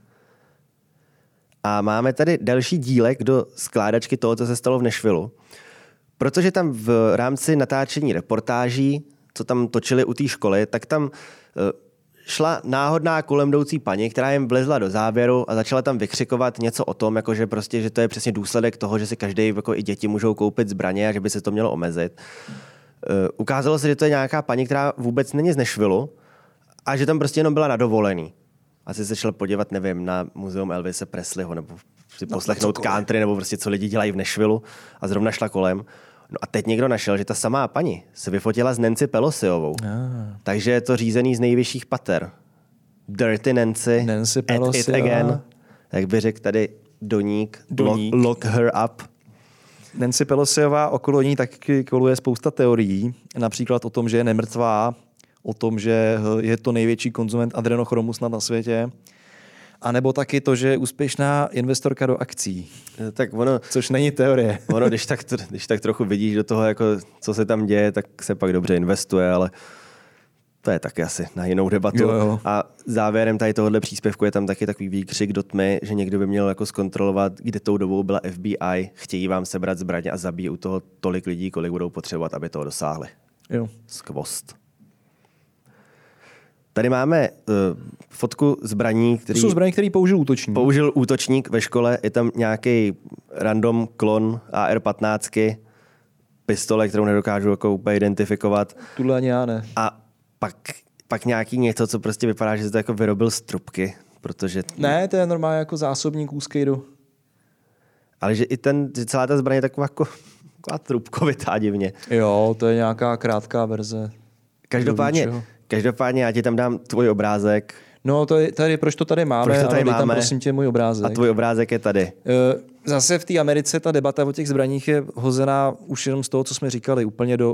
Speaker 1: A máme tady další dílek do skládačky toho, co se stalo v Nashvillu. Protože tam v rámci natáčení reportáží, co tam točili u té školy, tak tam šla náhodná kolem jdoucí paní, která jim vlezla do záběru a začala tam vykřikovat něco o tom, jako že, prostě, že to je přesně důsledek toho, že si každý, jako i děti můžou koupit zbraně a že by se to mělo omezit. Ukázalo se, že to je nějaká paní, která vůbec není z Nashvillu a že tam prostě jenom byla na dovolený. Asi se šel podívat, nevím, na muzeum Elvise Presleyho nebo si no, poslechnout country nebo prostě co lidi dělají v Nashvillu a zrovna šla kolem. No a teď někdo našel, že ta samá paní se vyfotila s Nancy Pelosiovou. Ah. Takže je to řízený z nejvyšších pater. Dirty Nancy,
Speaker 2: Nancy
Speaker 1: at it again. Jak by řekl tady Doník,
Speaker 2: Doník.
Speaker 1: Lock, lock her up.
Speaker 2: Nancy Pelosiová, okolo ní taky koluje spousta teorií. Například o tom, že je nemrtvá, o tom, že je to největší konzument adrenochromu snad na světě. A nebo taky to, že je úspěšná investorka do akcí.
Speaker 1: Tak ono,
Speaker 2: což není teorie.
Speaker 1: Ono, když tak, když tak trochu vidíš do toho, jako, co se tam děje, tak se pak dobře investuje, ale to je taky asi na jinou debatu.
Speaker 2: Jo, jo.
Speaker 1: A závěrem tady tohohle příspěvku je tam taky takový výkřik do tmy, že někdo by měl jako zkontrolovat, kde tou dobou byla F B I, chtějí vám sebrat zbraně a zabíjí u toho tolik lidí, kolik budou potřebovat, aby toho dosáhli.
Speaker 2: Jo.
Speaker 1: Skvost. Tady máme uh, fotku zbraní, který...
Speaker 2: To jsou zbraně, který použil útočník.
Speaker 1: Použil útočník ve škole. Je tam nějaký random klon A R patnáct, pistole, kterou nedokážu jako úplně identifikovat.
Speaker 2: Tuhle ani já ne.
Speaker 1: A pak, pak nějaký něco, co prostě vypadá, že se to jako vyrobil z trubky, protože...
Speaker 2: Ne, to je normálně jako zásobník úzkejdu.
Speaker 1: Ale že i ten, že celá ta zbraně je taková, jako, taková trubkovitá divně.
Speaker 2: Jo, to je nějaká krátká verze.
Speaker 1: Každopádně... Každopádně já ti tam dám tvůj obrázek.
Speaker 2: No, to je tady, proč to tady máme?
Speaker 1: Proč to tady
Speaker 2: ano,
Speaker 1: máme?
Speaker 2: Tam, prosím tě, můj obrázek.
Speaker 1: A tvůj obrázek je tady.
Speaker 2: Zase v té Americe ta debata o těch zbraních je hozená už jenom z toho, co jsme říkali, úplně do,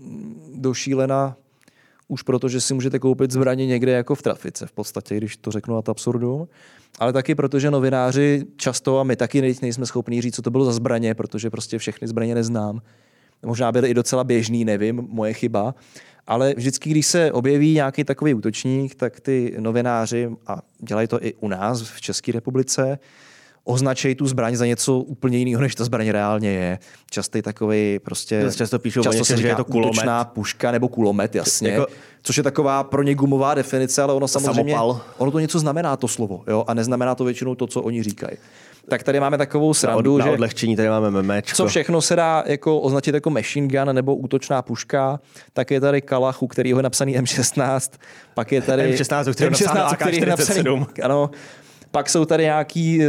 Speaker 2: do šílena, už proto, že si můžete koupit zbraně někde jako v trafice, v podstatě, když to řeknu ad absurdum. Ale taky proto, že novináři často, a my taky nejsme schopní říct, co to bylo za zbraně, protože prostě všechny zbraně neznám. Možná byly i docela běžný, nevím, moje chyba. Ale vždycky, když se objeví nějaký takový útočník, tak ty novináři, a dělají to i u nás v České republice, označejí tu zbraň za něco úplně jiného, než ta zbraň reálně je. Častý takový prostě...
Speaker 1: Často píšou,
Speaker 2: často se říká,
Speaker 1: že je to kulomet.
Speaker 2: Útočná puška nebo kulomet, jasně.
Speaker 1: Jako,
Speaker 2: což je taková pro ně gumová definice, ale ono samozřejmě...
Speaker 1: Samopal.
Speaker 2: Ono to něco znamená, to slovo. Jo? A neznamená to většinou to, co oni říkají. Tak tady máme takovou srandu,
Speaker 1: na
Speaker 2: že...
Speaker 1: Na odlehčení tady máme memečko.
Speaker 2: Co všechno se dá jako označit jako machine gun nebo útočná puška, tak je tady Kalach, u kterého je napsaný M šestnáct, pak je tady...
Speaker 1: M šestnáct, u kterého je napsaný A K čtyřicet sedm.
Speaker 2: Ano. Pak jsou tady nějaký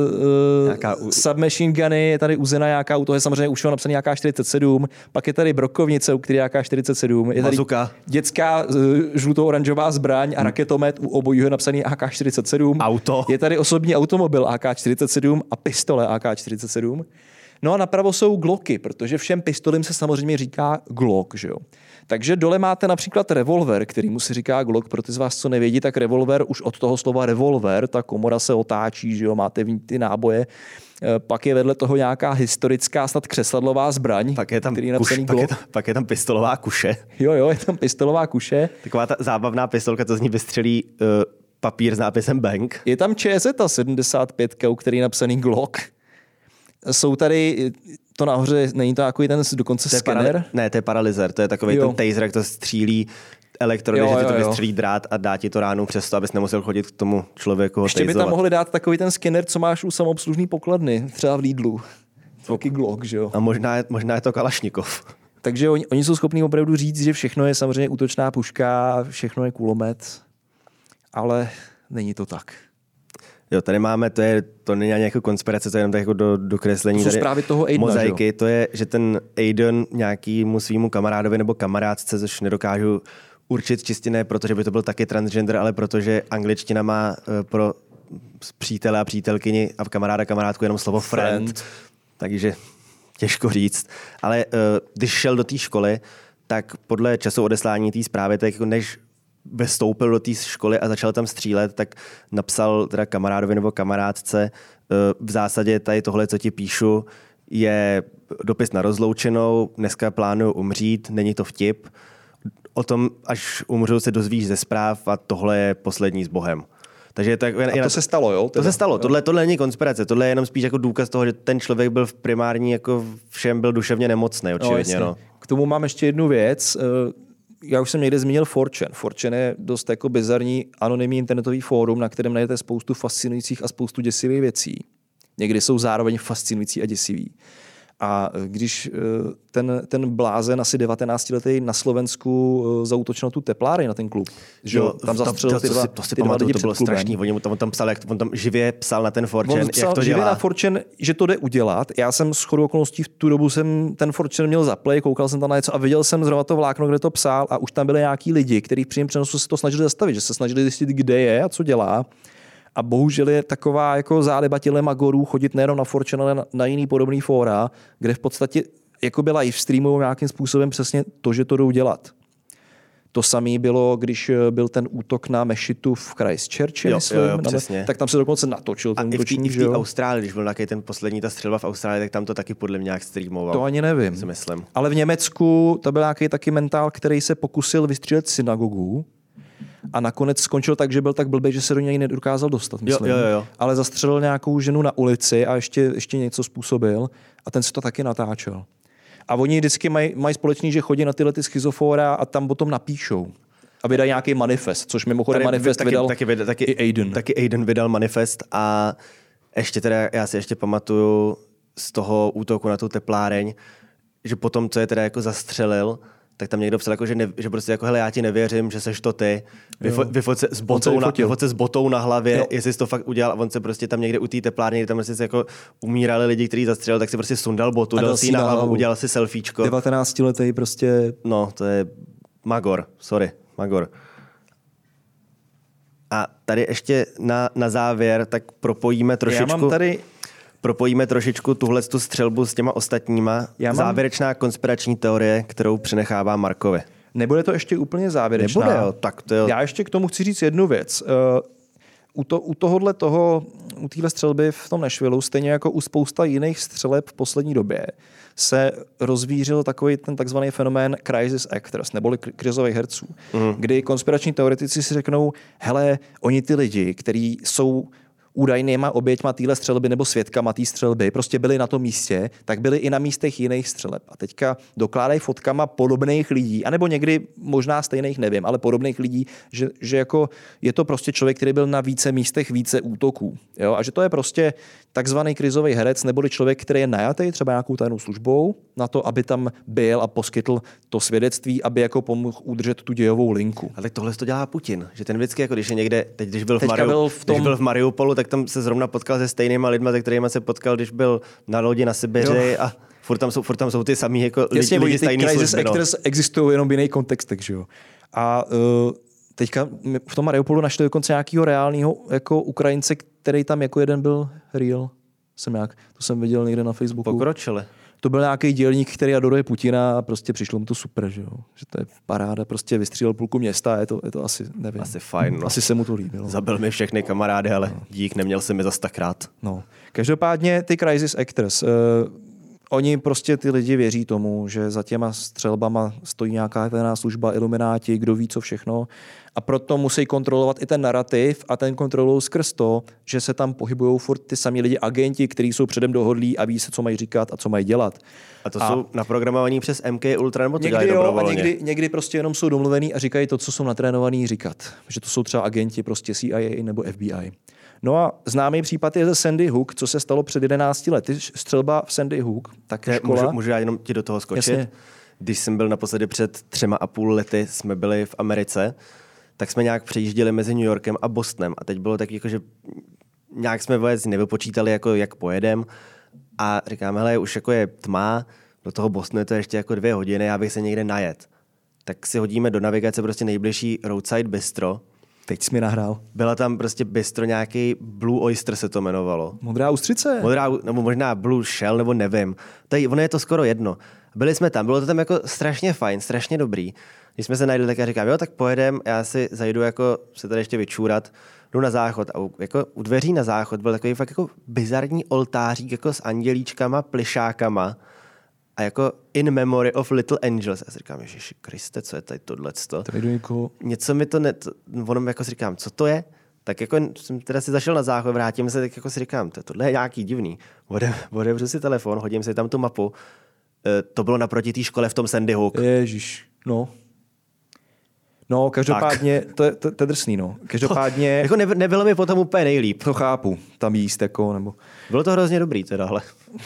Speaker 2: uh, u... submachine guny, je tady Uzena nějaká, u toho je samozřejmě už napsaný A K čtyřicet sedm, pak je tady brokovnice, u který je A K čtyřicet sedm, je tady
Speaker 1: Bazuka.
Speaker 2: dětská uh, žluto-oranžová zbraň a raketomet, u obojího je napsaný A K čtyřicet sedm.
Speaker 1: Auto.
Speaker 2: Je tady osobní automobil A K čtyřicet sedm a pistole A K čtyřicet sedm. No a napravo jsou Glocky, protože všem pistolím se samozřejmě říká Glock, že jo. Takže dole máte například revolver, kterýmu se říká Glock. Pro ty z vás, co nevědí, tak revolver už od toho slova revolver, ta komora se otáčí, že jo, máte v ní ty náboje. Pak je vedle toho nějaká historická, snad křesadlová zbraň,
Speaker 1: pak je tam
Speaker 2: který je
Speaker 1: kuš,
Speaker 2: napsaný
Speaker 1: pak
Speaker 2: Glock.
Speaker 1: je, tam, pak je tam pistolová kuše.
Speaker 2: Jo, jo, je tam pistolová kuše.
Speaker 1: Taková ta zábavná pistolka, to z ní vystřelí uh, papír s nápisem Bank.
Speaker 2: Je tam Č Z sedmdesát pět, u který je napsaný Glock. Jsou tady, to nahoře, není to takový ten dokonce
Speaker 1: to
Speaker 2: skener?
Speaker 1: Parali- ne, to je paralyzer, to je takový jo. ten taser, jak to střílí elektrody, jo, že ti to jo, vystřelí drát a dá ti to ránu přesto, abys nemusel chodit k tomu člověku.
Speaker 2: Ještě by tam mohli dát takový ten skener, co máš u samoobslužné pokladny, třeba v Lidlu. Taky Glock, že jo?
Speaker 1: A možná, možná je to Kalašnikov.
Speaker 2: Takže oni, oni jsou schopní opravdu říct, že všechno je samozřejmě útočná puška, všechno je kulomet, ale není to tak.
Speaker 1: Jo, tady máme, to, je, to není ani jako konspirace, to je jenom tak jako do, do kreslení.
Speaker 2: To jsou zprávy toho Aidena,
Speaker 1: mozaiky,
Speaker 2: že?
Speaker 1: To je, že ten Aiden nějakýmu svýmu kamarádovi nebo kamarádce, což nedokážu určit čistě ne, protože by to byl taky transgender, ale protože angličtina má pro přítele a přítelkyni a kamaráda kamarádku jenom slovo friend, friend. Takže těžko říct. Ale uh, když šel do té školy, tak podle času odeslání té zprávy, tak jako než vstoupil do té školy a začal tam střílet, tak napsal teda kamarádovi nebo kamarádce, v zásadě tady tohle, co ti píšu, je dopis na rozloučenou, dneska plánuju umřít, není to vtip. O tom, až umřu, se dozvíš ze zpráv a tohle je poslední s Bohem. Takže tak,
Speaker 2: a to se stalo, jo?
Speaker 1: Teda. To se stalo. Tohle, tohle není konspirace, tohle je jenom spíš jako důkaz toho, že ten člověk byl v primární, jako všem byl duševně nemocný, očividně. No, no.
Speaker 2: K tomu mám ještě jednu věc. Já už jsem někde zmínil four chan. four chan je dost jako bizarní anonymní internetový fórum, na kterém najdete spoustu fascinujících a spoustu děsivých věcí. Někdy jsou zároveň fascinující a děsivý. A když ten, ten blázen asi devatenáctiletý na Slovensku zaútočil na tu tepláreň, na ten klub, že jo, tam zastřelil ty dva,
Speaker 1: to si ty dva lidi, to bylo strašný. On tam, on tam psal, jak on tam živě psal na ten four chan, jak to
Speaker 2: živě
Speaker 1: dělá.
Speaker 2: na four chan, že to jde udělat. Já jsem shodou okolností v tu dobu jsem ten four chan měl zaplay, koukal jsem tam na něco a viděl jsem zrovna to vlákno, kde to psal a už tam byli nějaký lidi, kteří v přímém přenosu se to snažili zastavit, že se snažili zjistit, kde je a co dělá. A bohužel je taková jako záliba těle magorů chodit nejenom na four chan, ale na, na jiný podobný fóra, kde v podstatě jako byla live streamují nějakým způsobem přesně to, že to jdou dělat. To samé bylo, když byl ten útok na mešitu v Christchurchi,
Speaker 1: jo,
Speaker 2: myslím,
Speaker 1: jo, jo, přesně.
Speaker 2: Tak tam se dokonce natočil ten útočník.
Speaker 1: A i v té Austrálii, když byl nějaký ten poslední ta střelba v Austrálii, tak tam to taky podle mě nějak streamoval.
Speaker 2: To ani nevím.
Speaker 1: Si myslím.
Speaker 2: Ale v Německu to byl nějaký taky mentál, který se pokusil vystřílet synagogu. A nakonec skončil tak, že byl tak blbý, že se do něj nedokázal dostat, myslím.
Speaker 1: Jo, jo, jo.
Speaker 2: Ale zastřelil nějakou ženu na ulici a ještě, ještě něco způsobil a ten se to taky natáčel. A oni vždycky mají maj společný, že chodí na tyhle ty schizofóra a tam potom napíšou. A vydají nějaký manifest, což mimochodem manifest
Speaker 1: taky,
Speaker 2: vydal
Speaker 1: taky, taky,
Speaker 2: i Aiden.
Speaker 1: Taky Aiden vydal manifest a ještě teda, já si ještě pamatuju z toho útoku na tu tepláreň, že potom, co je teda jako zastřelil, tak tam někdo psal, jako, že, ne, že prostě jako, hele, já ti nevěřím, že seš to ty. Vyfo, vyfoť se s botou, na, vyfoť se s botou na hlavě, jo. Jestli jsi to fakt udělal. A on se prostě tam někde u té teplárny, kde tam prostě se jako umírali lidi, kteří zastřelil, tak si prostě sundal botu, dal si na hlavu, udělal si selfiečko.
Speaker 2: devatenáctiletý prostě...
Speaker 1: No, to je magor, sorry, magor. A tady ještě na, na závěr, tak propojíme trošičku...
Speaker 2: Já mám tady...
Speaker 1: Propojíme trošičku tuhle tu střelbu s těma ostatníma. Já mám... Závěrečná konspirační teorie, kterou přenechává Markovi.
Speaker 2: Nebude to ještě úplně závěrečná.
Speaker 1: Nebude, jo. Tak to jo.
Speaker 2: Já ještě k tomu chci říct jednu věc. Uh, u, to, u tohohle toho, u téhle střelby v tom Nashvilleu, stejně jako u spousta jiných střeleb v poslední době, se rozvířil takový ten takzvaný fenomén crisis actors, neboli krizových herců, mm. kdy konspirační teoretici si řeknou, hele, oni ty lidi, kteří jsou údajnýma oběťma téhle střelby nebo svědkama té střelby prostě byli na tom místě, tak byli i na místech jiných střeleb. A teďka dokládají fotkama podobných lidí, anebo někdy možná stejných, nevím, ale podobných lidí, že, že jako je to prostě člověk, který byl na více místech více útoků. Jo? A že to je prostě takzvaný krizový herec, neboli člověk, který je najatý třeba nějakou tajnou službou na to, aby tam byl a poskytl to svědectví, aby jako pomohl udržet tu dějovou linku.
Speaker 1: Ale tohle to dělá Putin, že ten vždycky, jako když je někde, teď když byl v,
Speaker 2: Mariu,
Speaker 1: byl
Speaker 2: v tom...
Speaker 1: když byl v Mariupolu, tak tam se zrovna potkal se stejnýma lidma, se kterými se potkal, když byl na lodi na Sibiři a furt tam jsou, furt tam jsou ty samý jako
Speaker 2: Jasně,
Speaker 1: lidi, lidi z tajný služby.
Speaker 2: Jasně, crisis actors existují jenom v jiných kontextech, že jo. A uh, teďka v tom Mariupolu našli dokonce nějakého reálného jako Ukrajince, který tam jako jeden byl real. Jsem jak, to jsem viděl někde na Facebooku.
Speaker 1: Pokročili.
Speaker 2: To byl nějaký dělník, který adoruje Putina a prostě přišlo mu to super, že jo. Že to je paráda, prostě vystřílel půlku města, je to, je to asi, nevím.
Speaker 1: Asi fajn, no.
Speaker 2: Asi se mu to líbilo.
Speaker 1: Zabil mi všechny kamarády, ale no. dík, neměl jsem mi zas tak rád.
Speaker 2: No. Každopádně ty crisis actors, uh, oni prostě ty lidi věří tomu, že za těma střelbama stojí nějaká tajná služba, ilumináti, kdo ví co všechno. A proto musí kontrolovat i ten narrativ a ten kontrolují skrz to, že se tam pohybují furt ty samý lidi, agenti, kteří jsou předem dohodlí a ví se, co mají říkat a co mají dělat.
Speaker 1: A to a jsou naprogramovaní přes M K Ultra, nebo to
Speaker 2: někdy
Speaker 1: dělají dobrovolně?
Speaker 2: Jo, a někdy, někdy prostě jenom jsou domluvený a říkají to, co jsou natrénovaní říkat. Že to jsou třeba agenti prostě C I A nebo F B I. No a známý případ je ze Sandy Hook, co se stalo před jedenácti lety. Střelba v Sandy Hook, tak škola...
Speaker 1: Můžu, můžu já jenom ti do toho skočit?
Speaker 2: Jasně.
Speaker 1: Když jsem byl naposledy před třema a půl lety, jsme byli v Americe, tak jsme nějak přejížděli mezi New Yorkem a Bostonem. A teď bylo tak, jako, že nějak jsme vůbec nevypočítali, jako, jak pojedem. A říkáme, hele, už jako je tma, do toho Bostonu je to ještě jako dvě hodiny, já bych se někde najet. Tak si hodíme do navigace prostě nejbližší roadside bistro.
Speaker 2: Teď jsi mi nahrál.
Speaker 1: Byla tam prostě bistro nějaký Blue Oyster se to jmenovalo.
Speaker 2: Modrá ústřice?
Speaker 1: Modrá, nebo možná Blue Shell, nebo nevím. Tady, ono je to skoro jedno. Byli jsme tam, bylo to tam jako strašně fajn, strašně dobrý. Když jsme se najdli, tak já říkám, jo, tak pojedem, já si zajdu jako se tady ještě vyčůrat, jdu na záchod a u, jako u dveří na záchod byl takový fakt jako bizarní oltářík jako s andělíčkama, plišákama a jako in memory of little angels. Já si říkám, Ježiši Kriste, co je tady tohleto?
Speaker 2: Jako...
Speaker 1: Něco mi to, ne, to ono jako si říkám, co to je? Tak jako jsem teda si zašel na záchod, vrátím se, tak jako si říkám, to, tohle je nějaký divný. Odevřu si telefon, hodím si tam tu mapu. E, to bylo naproti té škole v tom Sandy Hook.
Speaker 2: Ježiš, no. No, každopádně, to je, to, to je drsný, no. Každopádně...
Speaker 1: To, jako ne, nebylo mi potom úplně nejlíp.
Speaker 2: To chápu, tam jíst, jako, nebo...
Speaker 1: Bylo to hrozně dobrý, teda, ale...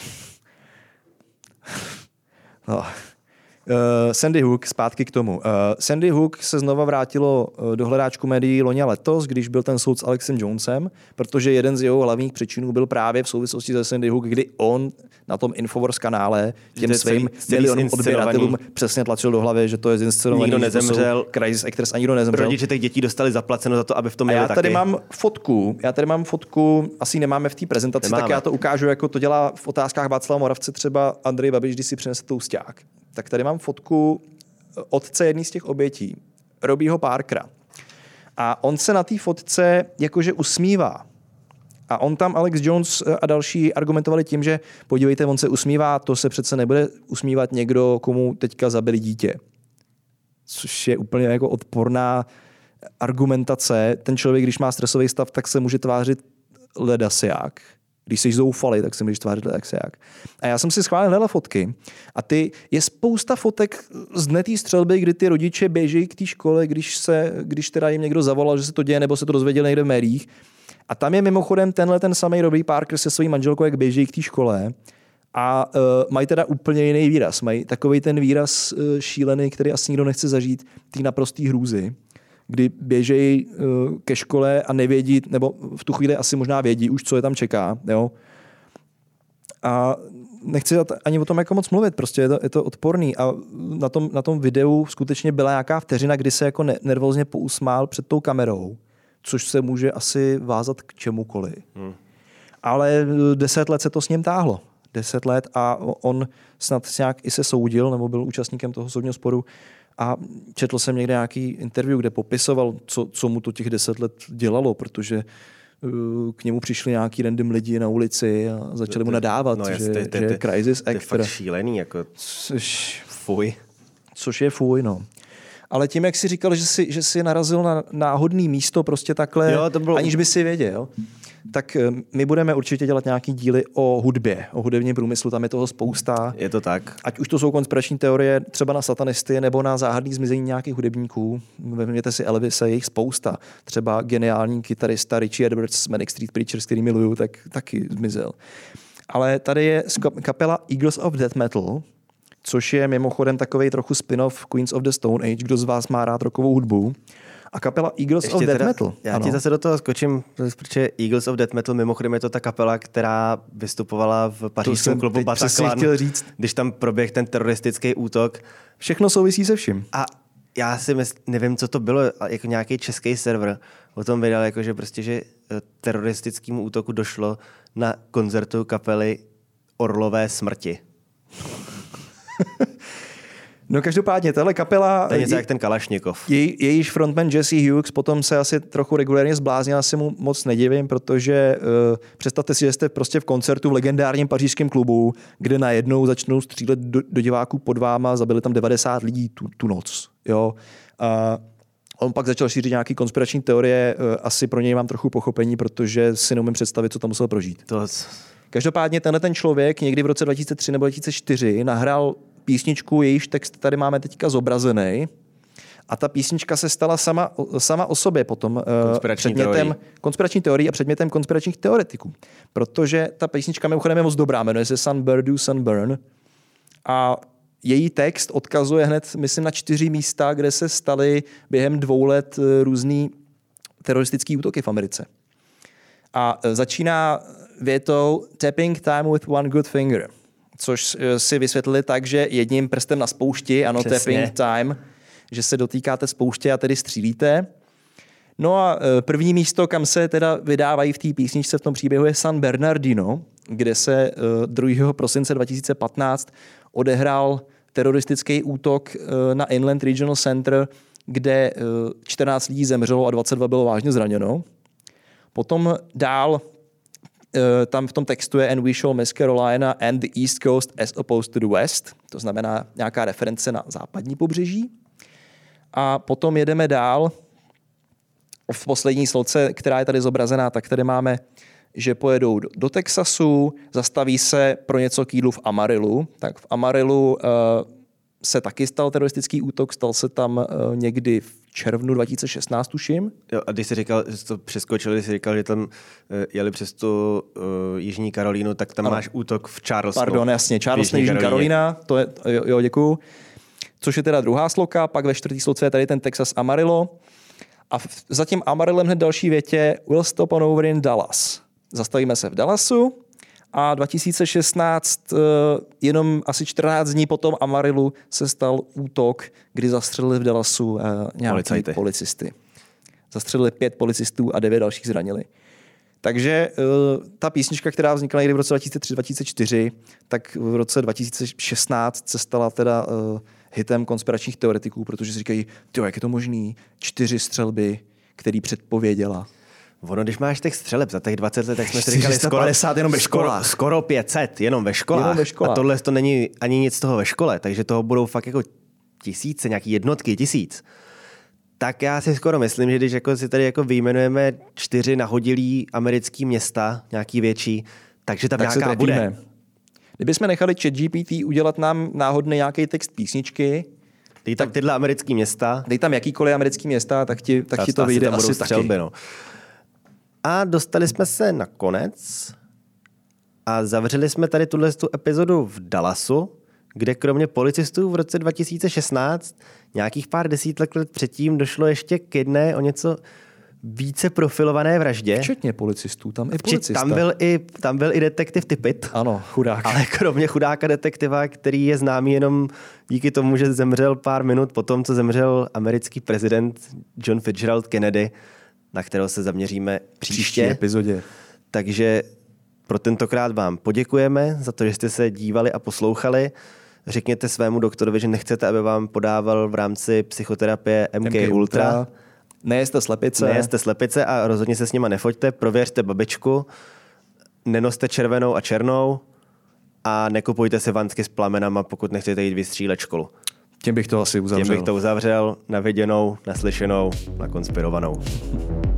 Speaker 2: no. Uh, Sandy Hook, zpátky k tomu. Uh, Sandy Hook se znova vrátilo uh, do hledáčku médií loni letos, když byl ten soud s Alexem Jonesem, protože jeden z jeho hlavních příčinů byl právě v souvislosti se Sandy Hook, kdy on na tom Infowars kanále těm svým milionům odběratelům přesně tlačil do hlavy, že to je zinscenovaný.
Speaker 1: Nikdo nezemřel.
Speaker 2: Crisis Actors a nikdo nezemřel.
Speaker 1: Rodiče těch dětí dostali zaplaceno za to, aby v tom
Speaker 2: měli
Speaker 1: taky.
Speaker 2: Já tady mám fotku, já tady mám fotku, asi nemáme v té prezentaci, nemáme. Tak já to ukážu, jako to dělá v otázkách Václava Moravce třeba Andrej Babiš, když si přinese tousťák. Tak tady mám fotku otce jedné z těch obětí, Robbieho Parkera. A on se na té fotce jakože usmívá. A on tam, Alex Jones a další argumentovali tím, že podívejte, on se usmívá, to se přece nebude usmívat někdo, komu teďka zabili dítě. Což je úplně jako odporná argumentace. Ten člověk, když má stresový stav, tak se může tvářit ledasiák. Když jsi zoufalý, tak se můžeš tvářit ledasiák. A já jsem si schválně hledal fotky a ty, je spousta fotek z dne té střelby, kdy ty rodiče běží k té škole, když, se, když teda jim někdo zavolal, že se to děje, nebo se to dozvěděl někde v médiích. A tam je mimochodem tenhle ten samý Robbie Parker se svojí manželkou, jak běží k té škole. A uh, mají teda úplně jiný výraz. Mají takovej ten výraz uh, šílený, který asi nikdo nechce zažít, tý naprostý hrůzy, kdy běžejí uh, ke škole a nevědí, nebo v tu chvíli asi možná vědí už, co je tam čeká. Jo? A nechci ani o tom jako moc mluvit, prostě je to, je to odporný. A na tom, na tom videu skutečně byla nějaká vteřina, kdy se jako ne, nervózně pousmál před tou kamerou, což se může asi vázat k čemukoliv. Hmm. Ale deset let se to s ním táhlo. Deset let a on snad nějak i se soudil, nebo byl účastníkem toho soudního sporu a četl jsem někde nějaký interview, kde popisoval, co, co mu to těch deset let dělalo, protože uh, k němu přišli nějaký random lidi na ulici a začali mu nadávat, no, že, ty, ty, že je Crisis Act.
Speaker 1: To je fakt šílený, jako
Speaker 2: což,
Speaker 1: fuj.
Speaker 2: Což je fuj, no. Ale tím, jak jsi říkal, že jsi, že jsi narazil na náhodný místo prostě takhle, jo, to bylo... aniž by si věděl, tak my budeme určitě dělat nějaký díly o hudbě, o hudebním průmyslu, tam je toho spousta.
Speaker 1: Je to tak.
Speaker 2: Ať už to jsou konspirační teorie třeba na satanisty nebo na záhadný zmizení nějakých hudebníků. Vezměte si Elvise, jejich spousta. Třeba geniální kytarista Richie Edwards z Manic Street Preachers, který miluju, tak taky zmizel. Ale tady je kapela Eagles of Death Metal, což je mimochodem takovej trochu spin-off Queens of the Stone Age, kdo z vás má rád rockovou hudbu. A kapela Eagles Ještě of Death teda, Metal.
Speaker 1: Já ano. ti zase do toho skočím, protože Eagles of Death Metal mimochodem je to ta kapela, která vystupovala v pařížském klubu Bataclan, když tam proběh ten teroristický útok.
Speaker 2: Všechno souvisí se vším.
Speaker 1: A já si mysl, nevím, co to bylo, jako nějaký český server o tom vydal, jako že prostě, že teroristickému útoku došlo na koncertu kapely Orlové smrti.
Speaker 2: No každopádně, tahle kapela...
Speaker 1: To je něco je, jak ten Kalašnikov.
Speaker 2: Je, jejíž frontman Jesse Hughes potom se asi trochu regulérně zbláznil, asi mu moc nedivím, protože uh, představte si, že jste prostě v koncertu v legendárním pařížském klubu, kde najednou začnou střílet do, do diváků pod váma, zabili tam devadesát lidí tu, tu noc. Jo? A on pak začal šířit nějaký konspirační teorie, uh, asi pro něj mám trochu pochopení, protože si neumím představit, co tam musel prožít.
Speaker 1: To...
Speaker 2: Každopádně tenhle ten člověk někdy v roce dva tisíce tři nebo dva tisíce čtyři nahrál písničku, jejíž text tady máme teďka zobrazený. A ta písnička se stala sama, sama o sobě potom
Speaker 1: konspirační
Speaker 2: předmětem
Speaker 1: teorii.
Speaker 2: konspirační teorii a předmětem konspiračních teoretiků. Protože ta písnička mimochodem je moc dobrá, jmenuje se Sunburn Do Sunburn. A její text odkazuje hned, myslím, na čtyři místa, kde se staly během dvou let různý teroristický útoky v Americe. A začíná větou tapping time with one good finger, což si vysvětlili tak, že jedním prstem na spoušti, ano,
Speaker 1: Přesně.
Speaker 2: tapping time, že se dotýkáte spouště a tedy střílíte. No a první místo, kam se teda vydávají v té písničce v tom příběhu, je San Bernardino, kde se druhého prosince dva tisíce patnáct odehrál teroristický útok na Inland Regional Center, kde čtrnáct lidí zemřelo a dvacet dva bylo vážně zraněno. Potom dál tam v tom textu je And we shall miss Carolina and the East Coast as opposed to the West. To znamená nějaká reference na západní pobřeží. A potom jedeme dál. V poslední sloce, která je tady zobrazená, tak tady máme, že pojedou do, do Texasu, zastaví se pro něco k jídlu v Amarillu. Tak v Amarillu uh, se taky stal teroristický útok, stal se tam uh, někdy v červnu dva tisíce šestnáct, tuším.
Speaker 1: Jo, a když jsi říkal, že to přeskočili, když jsi říkal, že tam uh, jeli přes tu uh, Jižní Karolínu, tak tam ano. máš útok v Charlestonu.
Speaker 2: Pardon, jasně, Charleston, Jižní Karolína, to je, jo, jo, děkuju. Což je teda druhá sloka, pak ve čtvrtý sloce je tady ten Texas Amarillo. A za tím Amarillem hned další větě We'll stop on over in Dallas. Zastavíme se v Dallasu a dva tisíce šestnáct, jenom asi čtrnáct dní potom Amarillu se stal útok, kdy zastřelili v Dallasu nějaký Policajty. policisty. Zastřelili pět policistů a devět dalších zranili. Takže ta písnička, která vznikla někdy v roce dva tisíce tři dva tisíce čtyři, tak v roce dva tisíce šestnáct se stala teda hitem konspiračních teoretiků, protože si říkají, tyjo, jak je to možný? Čtyři střelby, který předpověděla.
Speaker 1: Ono, když máš těch střeleb za těch dvacet let, tak jsme si říkali skoro,
Speaker 2: jenom ve školách.
Speaker 1: Skoro, skoro pět set jenom ve školách.
Speaker 2: Jenom ve školách.
Speaker 1: A tohle to není ani nic z toho ve škole, takže toho budou fakt jako tisíce, nějaký jednotky tisíc. Tak já si skoro myslím, že když jako si tady jako vyjmenujeme čtyři nahodilý americký města, nějaký větší, takže tam tak nějaká bude.
Speaker 2: Kdybychom nechali ChatGPT udělat nám náhodný nějaký text písničky,
Speaker 1: dej tam tyhle americký města.
Speaker 2: Dej tam jakýkoliv americký města, tak ti, tak ti to vyjde asi
Speaker 1: střelby, taky. No. A dostali jsme se na konec a zavřeli jsme tady tuhle tu epizodu v Dallasu, kde kromě policistů v roce dva tisíce šestnáct nějakých pár desítek let předtím došlo ještě k jedné o něco více profilované vraždě.
Speaker 2: Včetně policistů, tam i policista.
Speaker 1: Tam byl i, tam byl i detektiv Tippit.
Speaker 2: Ano, chudák.
Speaker 1: Ale kromě chudáka detektiva, který je známý jenom díky tomu, že zemřel pár minut po tom, co zemřel americký prezident John Fitzgerald Kennedy, na kterého se zaměříme příště.
Speaker 2: Příští epizodě.
Speaker 1: Takže pro tentokrát vám poděkujeme za to, že jste se dívali a poslouchali. Řekněte svému doktorovi, že nechcete, aby vám podával v rámci psychoterapie M K, M K Ultra. Ultra.
Speaker 2: Nejeste slepice.
Speaker 1: Nejeste slepice a rozhodně se s nima nefoďte. Prověřte babičku, nenoste červenou a černou a nekupujte si vantky s plamenama, pokud nechcete jít vystřílet školu.
Speaker 2: Tím bych to asi uzavřel.
Speaker 1: Tím bych to uzavřel. Na viděnou, naslyšenou, nakonspirovanou.